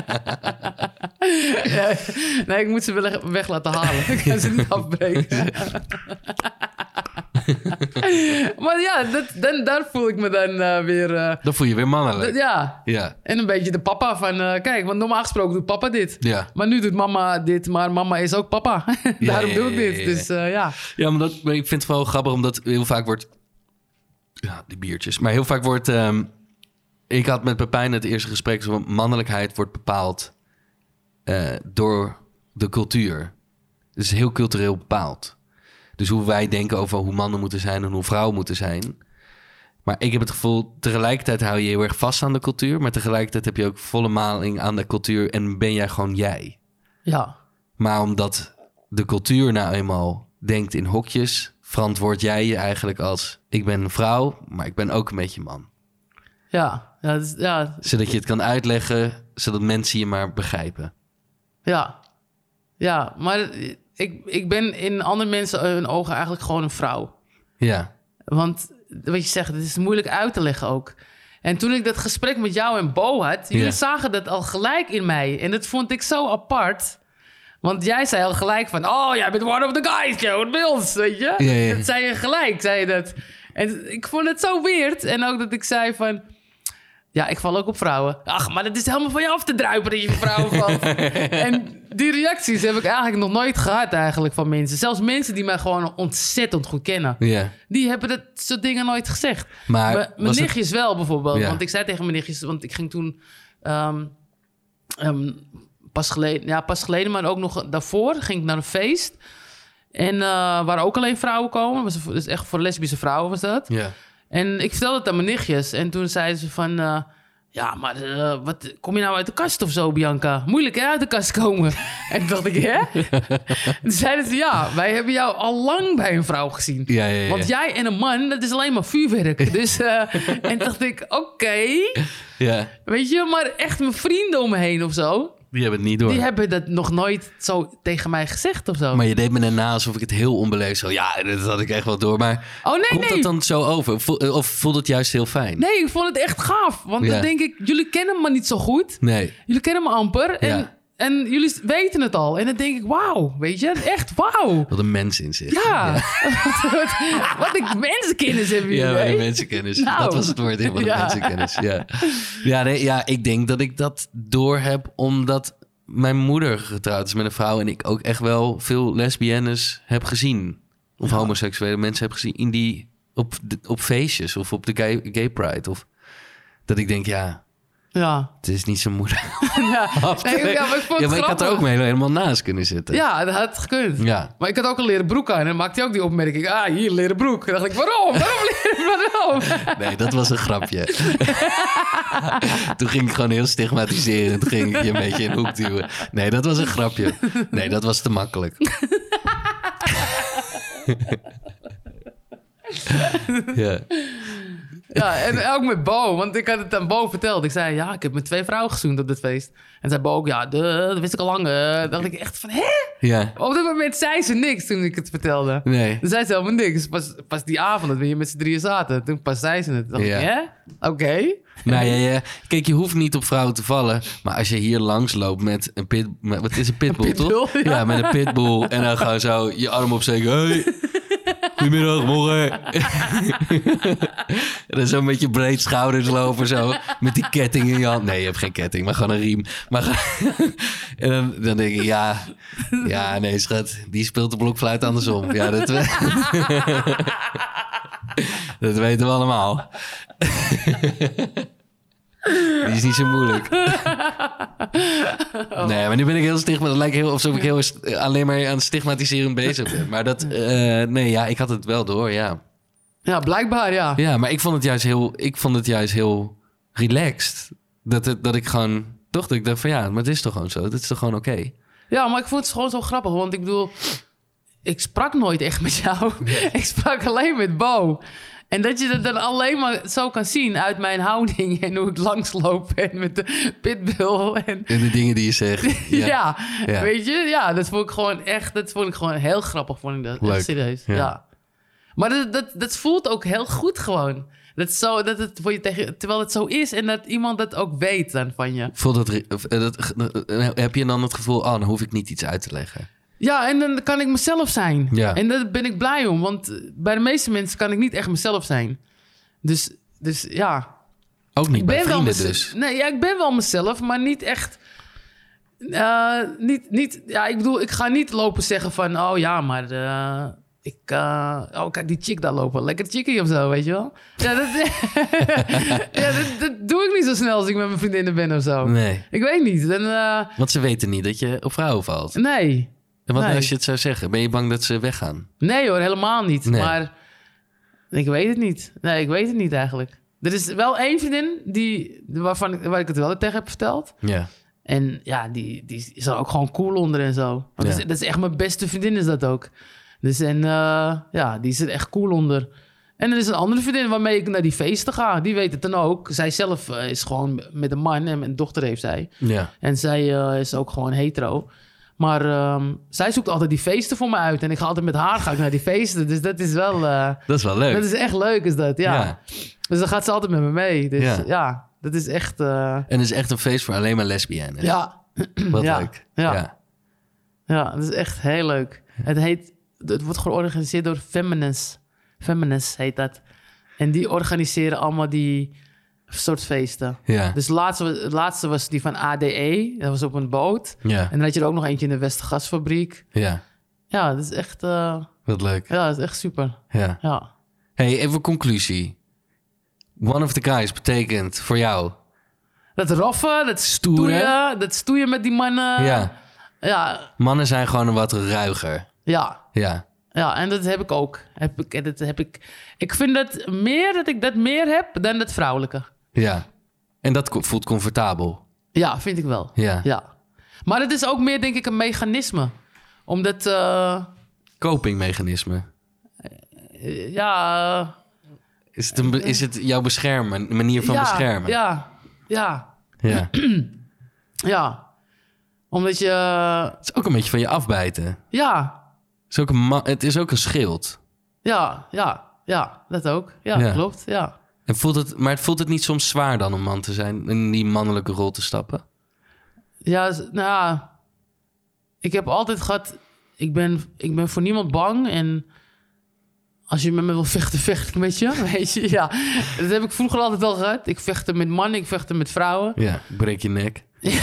Ja, nee, ik moet ze wel weg, weg laten halen. Ik kan ze niet afbreken. Maar ja, dat, dan, daar voel ik me dan uh, weer... Uh, Dan voel je weer mannelijk. d- ja, Ja, en een beetje de papa van... uh, kijk, want normaal gesproken doet papa dit. ja. Maar nu doet mama dit, maar mama is ook papa. Daarom ja, doe ik ja, dit. ja, ja. Dus uh, ja. Ja, maar, dat, maar ik vind het wel grappig, omdat heel vaak wordt... Ja, die biertjes. Maar heel vaak wordt... ehm, ik had met Pepijn het eerste gesprek... zo, mannelijkheid wordt bepaald eh, door de cultuur. Het is heel cultureel bepaald. Dus hoe wij denken over hoe mannen moeten zijn... en hoe vrouwen moeten zijn. Maar ik heb het gevoel... tegelijkertijd hou je heel erg vast aan de cultuur... maar tegelijkertijd heb je ook volle maling aan de cultuur... en ben jij gewoon jij. Ja. Maar omdat de cultuur nou eenmaal denkt in hokjes... verantwoord jij je eigenlijk als... ik ben een vrouw, maar ik ben ook een beetje man. Ja. Ja, dat is- ja. Zodat je het kan uitleggen, zodat mensen je maar begrijpen. Ja. Ja, maar ik, ik ben in andere mensen hun ogen eigenlijk gewoon een vrouw. Ja, Want wat je zegt, het is moeilijk uit te leggen ook. En toen ik dat gesprek met jou en Bo had... jullie Ja. zagen dat al gelijk in mij. En dat vond ik zo apart. Want jij zei al gelijk van... oh, jij bent one of the guys, Joe, bij ons, weet je? Ja, ja. Dat zei je gelijk, zei je dat. En ik vond het zo weird. En ook dat ik zei van... ja, ik val ook op vrouwen. Ach, maar dat is helemaal van je af te druipen dat je op vrouwen valt. En die reacties heb ik eigenlijk nog nooit gehad eigenlijk van mensen. Zelfs mensen die mij gewoon ontzettend goed kennen. ja. Die hebben dat soort dingen nooit gezegd. Maar Mijn- Mijn was het- nichtjes wel bijvoorbeeld. Ja. Want ik zei tegen mijn nichtjes... want ik ging toen... ehm, ehm, pas geleden... ja, pas geleden, maar ook nog daarvoor... ging ik naar een feest. En uh, waar ook alleen vrouwen komen. Was dus echt voor lesbische vrouwen was dat. Ja. En ik vertelde het aan mijn nichtjes. En toen zeiden ze van... uh, ja, maar uh, wat, kom je nou uit de kast of zo, Bianca? Moeilijk, hè, uit de kast komen. En toen dacht ik, hè? En toen zeiden ze, ja, wij hebben jou al lang bij een vrouw gezien. Ja, ja, ja. Want jij en een man, dat is alleen maar vuurwerk. Dus, uh, en toen dacht ik, oké. Ja, Weet je, maar echt mijn vrienden om me heen of zo... die hebben het niet door. die hebben dat nog nooit zo tegen mij gezegd of zo. Maar je deed me daarna alsof ik het heel onbeleefd zo... ja, dat had ik echt wel door. Maar oh, nee, komt nee. dat dan zo over? Voel- Of voelt het juist heel fijn? Nee, ik vond het echt gaaf. Want Ja. dan denk ik, jullie kennen me niet zo goed. Nee. Jullie kennen me amper. En, Ja. en jullie weten het al. En dan denk ik, wauw, weet je? Echt wauw. Wat een mens in zich. Ja. wat, wat, wat ik mensenkennis heb hier. Ja, wat hè? een mensenkennis. Nou. Dat was het woord, hè, wat een Ja. mensenkennis. Ja, ja, nee, ja, ik denk dat ik dat door heb omdat mijn moeder getrouwd is met een vrouw... en ik ook echt wel veel lesbiennes heb gezien. Of Ja. homoseksuele mensen heb gezien in die, op, de- op feestjes of op de gay, gay pride. Of, dat ik denk, ja, Ja. Het is niet zo moeilijk. ja. Nee, ja, maar ik vond het ja, maar ik had er ook mee helemaal naast kunnen zitten. Ja, dat had gekund. Ja. Maar ik had ook een leren broek aan. En dan maakte hij ook die opmerking. Ah, hier, leren broek. Dan dacht ik, waarom? Waarom leren waarom? Nee, dat was een grapje. Toen ging ik gewoon heel stigmatiseren. Toen ging ik je een beetje in de hoek duwen. Nee, dat was een grapje. Nee, dat was te makkelijk. ja. Ja, en ook met Bo. Want ik had het aan Bo verteld. Ik zei, ja, ik heb met twee vrouwen gezoend op dit feest. En zei Bo ook, ja, duh, dat wist ik al lang. Uh, dacht ik echt van, hè? Ja. Op dat moment zei ze niks toen ik het vertelde. Nee. Dan zei ze helemaal niks. Pas, pas die avond dat we hier met z'n drieën zaten. Toen pas zei ze het. Dacht Ja. ik, hè? Oké. Okay. Nou ja, ja, kijk, je hoeft niet op vrouwen te vallen. Maar als je hier langs loopt met een pit... Met, wat is een pitbull, Een pitbull, toch? ja. Ja. met een pitbull. En dan gewoon zo je arm opsteken. Hey, goedemiddag, morgen. En dan zo met je breed schouders lopen zo. Met die ketting in je hand. Nee, je hebt geen ketting, maar gewoon een riem. Maar gewoon- en dan, dan denk ik, ja... Ja, nee, schat. Die speelt de blokfluit andersom. Ja, dat... dat weten we allemaal. Die is niet zo moeilijk. Nee, maar nu ben ik heel stigma. Het lijkt heel alsof ik heel st- alleen maar aan het stigmatiseren bezig ben. Maar dat, uh, nee, ja, ik had het wel door, ja. Ja, blijkbaar, ja. Ja, maar ik vond het juist heel, ik vond het juist heel relaxed. Dat, het, dat ik gewoon, toch, dat ik dacht van ja, maar het is toch gewoon zo. Het is toch gewoon oké. Okay. Ja, maar ik vond het gewoon zo grappig. Want ik bedoel, ik sprak nooit echt met jou. Nee. Ik sprak alleen met Bo. En dat je dat dan alleen maar zo kan zien uit mijn houding en hoe ik langsloop en met de pitbull. En, en de dingen die je zegt. Ja. ja, ja, weet je, ja, dat vond ik gewoon echt, dat vond ik gewoon heel grappig, vond ik dat. Leuk. Echt serieus, ja. ja. Maar dat, dat, dat voelt ook heel goed gewoon. Dat zo, dat het voor je tegen, terwijl het zo is en dat iemand dat ook weet dan van je. Voelt dat, dat, heb je dan het gevoel, oh, dan hoef ik niet iets uit te leggen? Ja, en dan kan ik mezelf zijn. Ja. En daar ben ik blij om, want bij de meeste mensen kan ik niet echt mezelf zijn. Dus, dus ja. Ook niet bij vrienden mez- dus? Nee, ja, ik ben wel mezelf, maar niet echt... Uh, niet, niet, ja, ik bedoel, ik ga niet lopen zeggen van... Oh ja, maar uh, ik... Uh, oh, kijk die chick daar lopen. Lekker chickie of zo, weet je wel? Ja, dat, ja dat, dat doe ik niet zo snel als ik met mijn vriendinnen ben of zo. Nee. Ik weet niet. En, uh, Want ze weten niet dat je op vrouwen valt. Nee. En wat nee. als je het zou zeggen? Ben je bang dat ze weggaan? Nee hoor, helemaal niet. Nee. Maar ik weet het niet. Nee, ik weet het niet eigenlijk. Er is wel één vriendin die, waarvan ik, waar ik het wel tegen heb verteld. Ja. En ja, die, die is er ook gewoon cool onder en zo. Want Ja. dat, is, dat is echt mijn beste vriendin is dat ook. Dus en uh, ja, die is er echt cool onder. En er is een andere vriendin waarmee ik naar die feesten ga. Die weet het dan ook. Zij zelf uh, is gewoon met een man en een dochter heeft zij. Ja. En zij uh, is ook gewoon hetero. Maar um, zij zoekt altijd die feesten voor me uit. En ik ga altijd met haar ga ik naar die feesten. Dus dat is wel... Uh, dat is wel leuk. Dat is echt leuk, is dat, ja. ja. Dus dan gaat ze altijd met me mee. Dus ja, ja dat is echt... Uh... En het is echt een feest voor alleen maar lesbiennes. Ja. Wat ja. leuk. Ja. ja. Ja, dat is echt heel leuk. Het heet... Het wordt georganiseerd door Feminist. Feminist heet dat. En die organiseren allemaal die soort feesten. Ja. Dus het laatste, het laatste was die van A D E. Dat was op een boot. Ja. En dan had je er ook nog eentje in de Westergasfabriek. Ja. Ja, dat is echt... Uh, Wat leuk. Ja, dat is echt super. Ja. ja. Hey, even conclusie. One of the guys betekent voor jou... Dat roffen, dat stoeien, dat stoeien met die mannen. Ja. Ja. Mannen zijn gewoon een wat ruiger. Ja. Ja. Ja, en dat heb ik ook. Heb ik, dat heb ik, ik vind dat meer dat ik dat meer heb dan het vrouwelijke. Ja. En dat voelt comfortabel. Ja, vind ik wel. Ja. ja. Maar het is ook meer, denk ik, een mechanisme. Omdat... Uh, Copingmechanisme. Uh, ja... Uh, is, het een, is het jouw beschermen, een manier van ja, beschermen? Ja, ja. Ja. ja. Omdat je... Het is ook een beetje van je afbijten. Ja. Het is ook een, ma- het is ook een schild. Ja, ja, ja, dat ook. Ja, ja. klopt, ja. En voelt het, maar voelt het niet soms zwaar dan om man te zijn... in die mannelijke rol te stappen? Ja, nou ja. Ik heb altijd gehad... Ik ben, ik ben voor niemand bang en... Als je met me wil vechten, vecht ik met je. Weet je, ja. Dat heb ik vroeger altijd al gehad. Ik vechtte met mannen, ik vechtte met vrouwen. Ja, breek je nek. ja.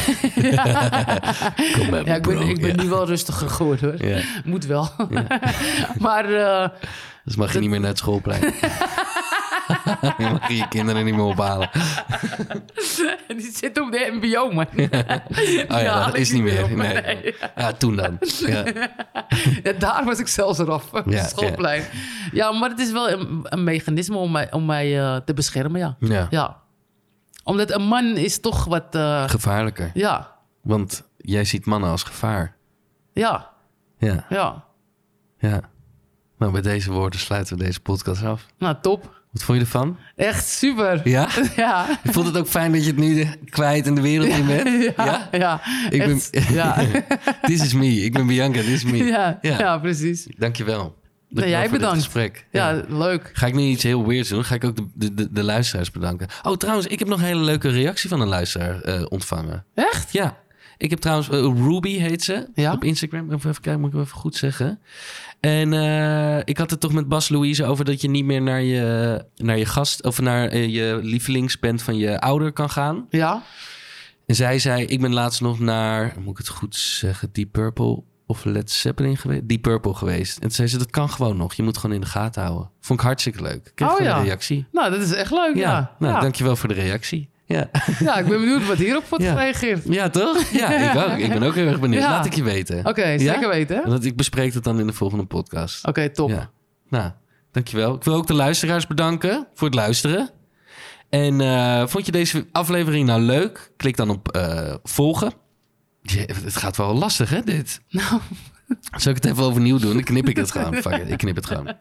Kom met me, ja, ik ben, bro. ik ben ja. nu wel rustiger geworden, hoor. Ja. Moet wel. Ja. maar... Uh, dus mag je dat... niet meer naar het schoolplein. Je mag je kinderen niet meer ophalen. Die zit op de mbo, man. Ja. Oh ja, dat is niet meer. Nee. Nee. Ja, toen dan. Ja. Ja, daar was ik zelfs eraf. Op Ja, het schoolplein. Ja. ja, maar het is wel een, een mechanisme om mij, om mij uh, te beschermen, ja. Ja. ja. Omdat een man is toch wat... Uh, Gevaarlijker. ja. Want jij ziet mannen als gevaar. Ja. Ja. Ja. Ja. Nou, met deze woorden sluiten we deze podcast af. Nou, top. Wat vond je ervan? Echt super. Ja? Ja. Ik vond het ook fijn dat je het nu de, kwijt in de wereld in bent. Ja, Ja? ja. Ik Echt, ben... ja. This is me. Ik ben Bianca, this is me. Ja, Ja. ja, precies. Dankjewel. Dankjewel Nee, jij voor dit bedankt. gesprek. Ja, leuk. Ga ik nu iets heel weirds doen? Ga ik ook de, de, de, de luisteraars bedanken? Oh, trouwens, ik heb nog een hele leuke reactie van een luisteraar uh, ontvangen. Echt? Ja. Ik heb trouwens... Uh, Ruby heet ze. Ja? Op Instagram. Even kijken, moet ik even goed zeggen. En uh, ik had het toch met Bas Louise over dat je niet meer naar je, naar je gast... of naar uh, je lievelingsband van je ouder kan gaan. Ja. En zij zei, ik ben laatst nog naar... moet ik het goed zeggen? Deep Purple of Led Zeppelin geweest? Deep Purple geweest. En toen zei ze, dat kan gewoon nog. Je moet gewoon in de gaten houden. Vond ik hartstikke leuk. Ik kreeg Oh, gewoon ja. een reactie. Nou, dat is echt leuk, ja. Ja, nou, ja. dankjewel voor de reactie. Ja. Ja, ik ben benieuwd wat hierop wordt Ja. gereageerd. Ja, toch? Ja, ik ook. Ik ben ook heel erg benieuwd. Ja. Laat ik je weten. Oké, Ja? zeker weten. Oké, Want ik bespreek het dan in de volgende podcast. top. Ja. Nou, dankjewel. Ik wil ook de luisteraars bedanken voor het luisteren. En uh, vond je deze aflevering nou leuk? Klik dan op uh, volgen. Je, het gaat wel lastig, hè, dit? Nou. Zal ik het even overnieuw doen? Dan knip ik het gewoon. Fuck it, ik knip het gewoon.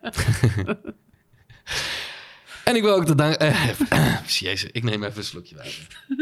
En ik wil ook de dank... Uh, Jezus, ik neem even een slokje water.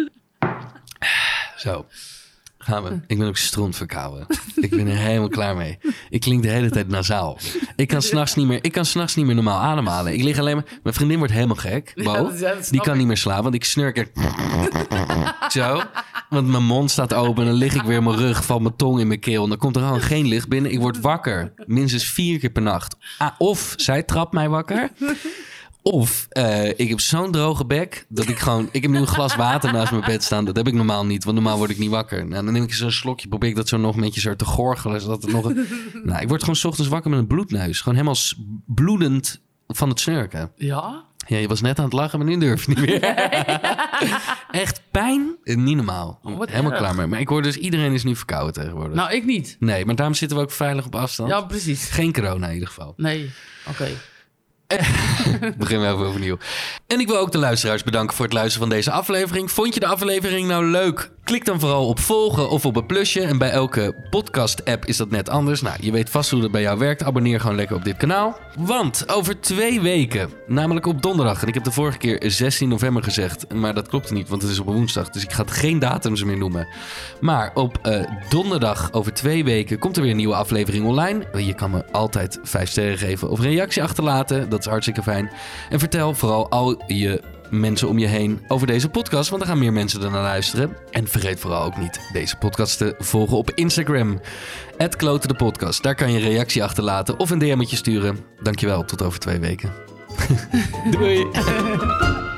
Zo, gaan we. Ik ben ook stront verkouden. Ik ben er helemaal klaar mee. Ik klink de hele tijd nasaal. Ik kan s'nachts niet meer, ik kan 's nachts niet meer normaal ademhalen. Ik lig alleen maar... Mijn vriendin wordt helemaal gek, Bo. Ja, dat- ja, dat snap Die kan ik. niet meer slapen, want ik snurk er... Zo. Want mijn mond staat open en dan lig ik weer in mijn rug, valt mijn tong in mijn keel. En dan komt er gewoon geen licht binnen. Ik word wakker. Minstens vier keer per nacht. Ah, of zij trapt mij wakker. Of uh, ik heb zo'n droge bek dat ik gewoon... Ik heb nu een glas water naast mijn bed staan. Dat heb ik normaal niet, want normaal word ik niet wakker. Nou, dan neem ik zo'n slokje, probeer ik dat zo nog een beetje zo te gorgelen. Zodat het nog een... Nou, ik word gewoon 's ochtends wakker met een bloedneus. Gewoon helemaal s- bloedend van het snurken. Ja? Ja, je was net aan het lachen, maar nu durf je niet meer. Echt pijn? Eh, Niet normaal. Oh, wat Helemaal erg. klaar mee. Maar ik hoor dus, iedereen is nu verkouden tegenwoordig. Nou, ik niet. Nee, maar daarom zitten we ook veilig op afstand. Ja, precies. Geen corona in ieder geval. Nee. Oké. Beginnen we even overnieuw. En ik wil ook de luisteraars bedanken voor het luisteren van deze aflevering. Vond je de aflevering nou leuk? Klik dan vooral op volgen of op het plusje. En bij elke podcast-app is dat net anders. Nou, je weet vast hoe dat bij jou werkt. Abonneer gewoon lekker op dit kanaal. Want over twee weken, namelijk op donderdag... en ik heb de vorige keer zestien november gezegd... maar dat klopt niet, want het is op een woensdag. Dus ik ga geen datums meer noemen. Maar op uh, donderdag over twee weken... komt er weer een nieuwe aflevering online. Je kan me altijd vijf sterren geven of een reactie achterlaten. Dat is hartstikke fijn. En vertel vooral al je mensen om je heen over deze podcast, want er gaan meer mensen er naar luisteren. En vergeet vooral ook niet deze podcast te volgen op Instagram. at kloten de podcast. Daar kan je een reactie achterlaten of een D M'tje sturen. Dankjewel, tot over twee weken. Doei!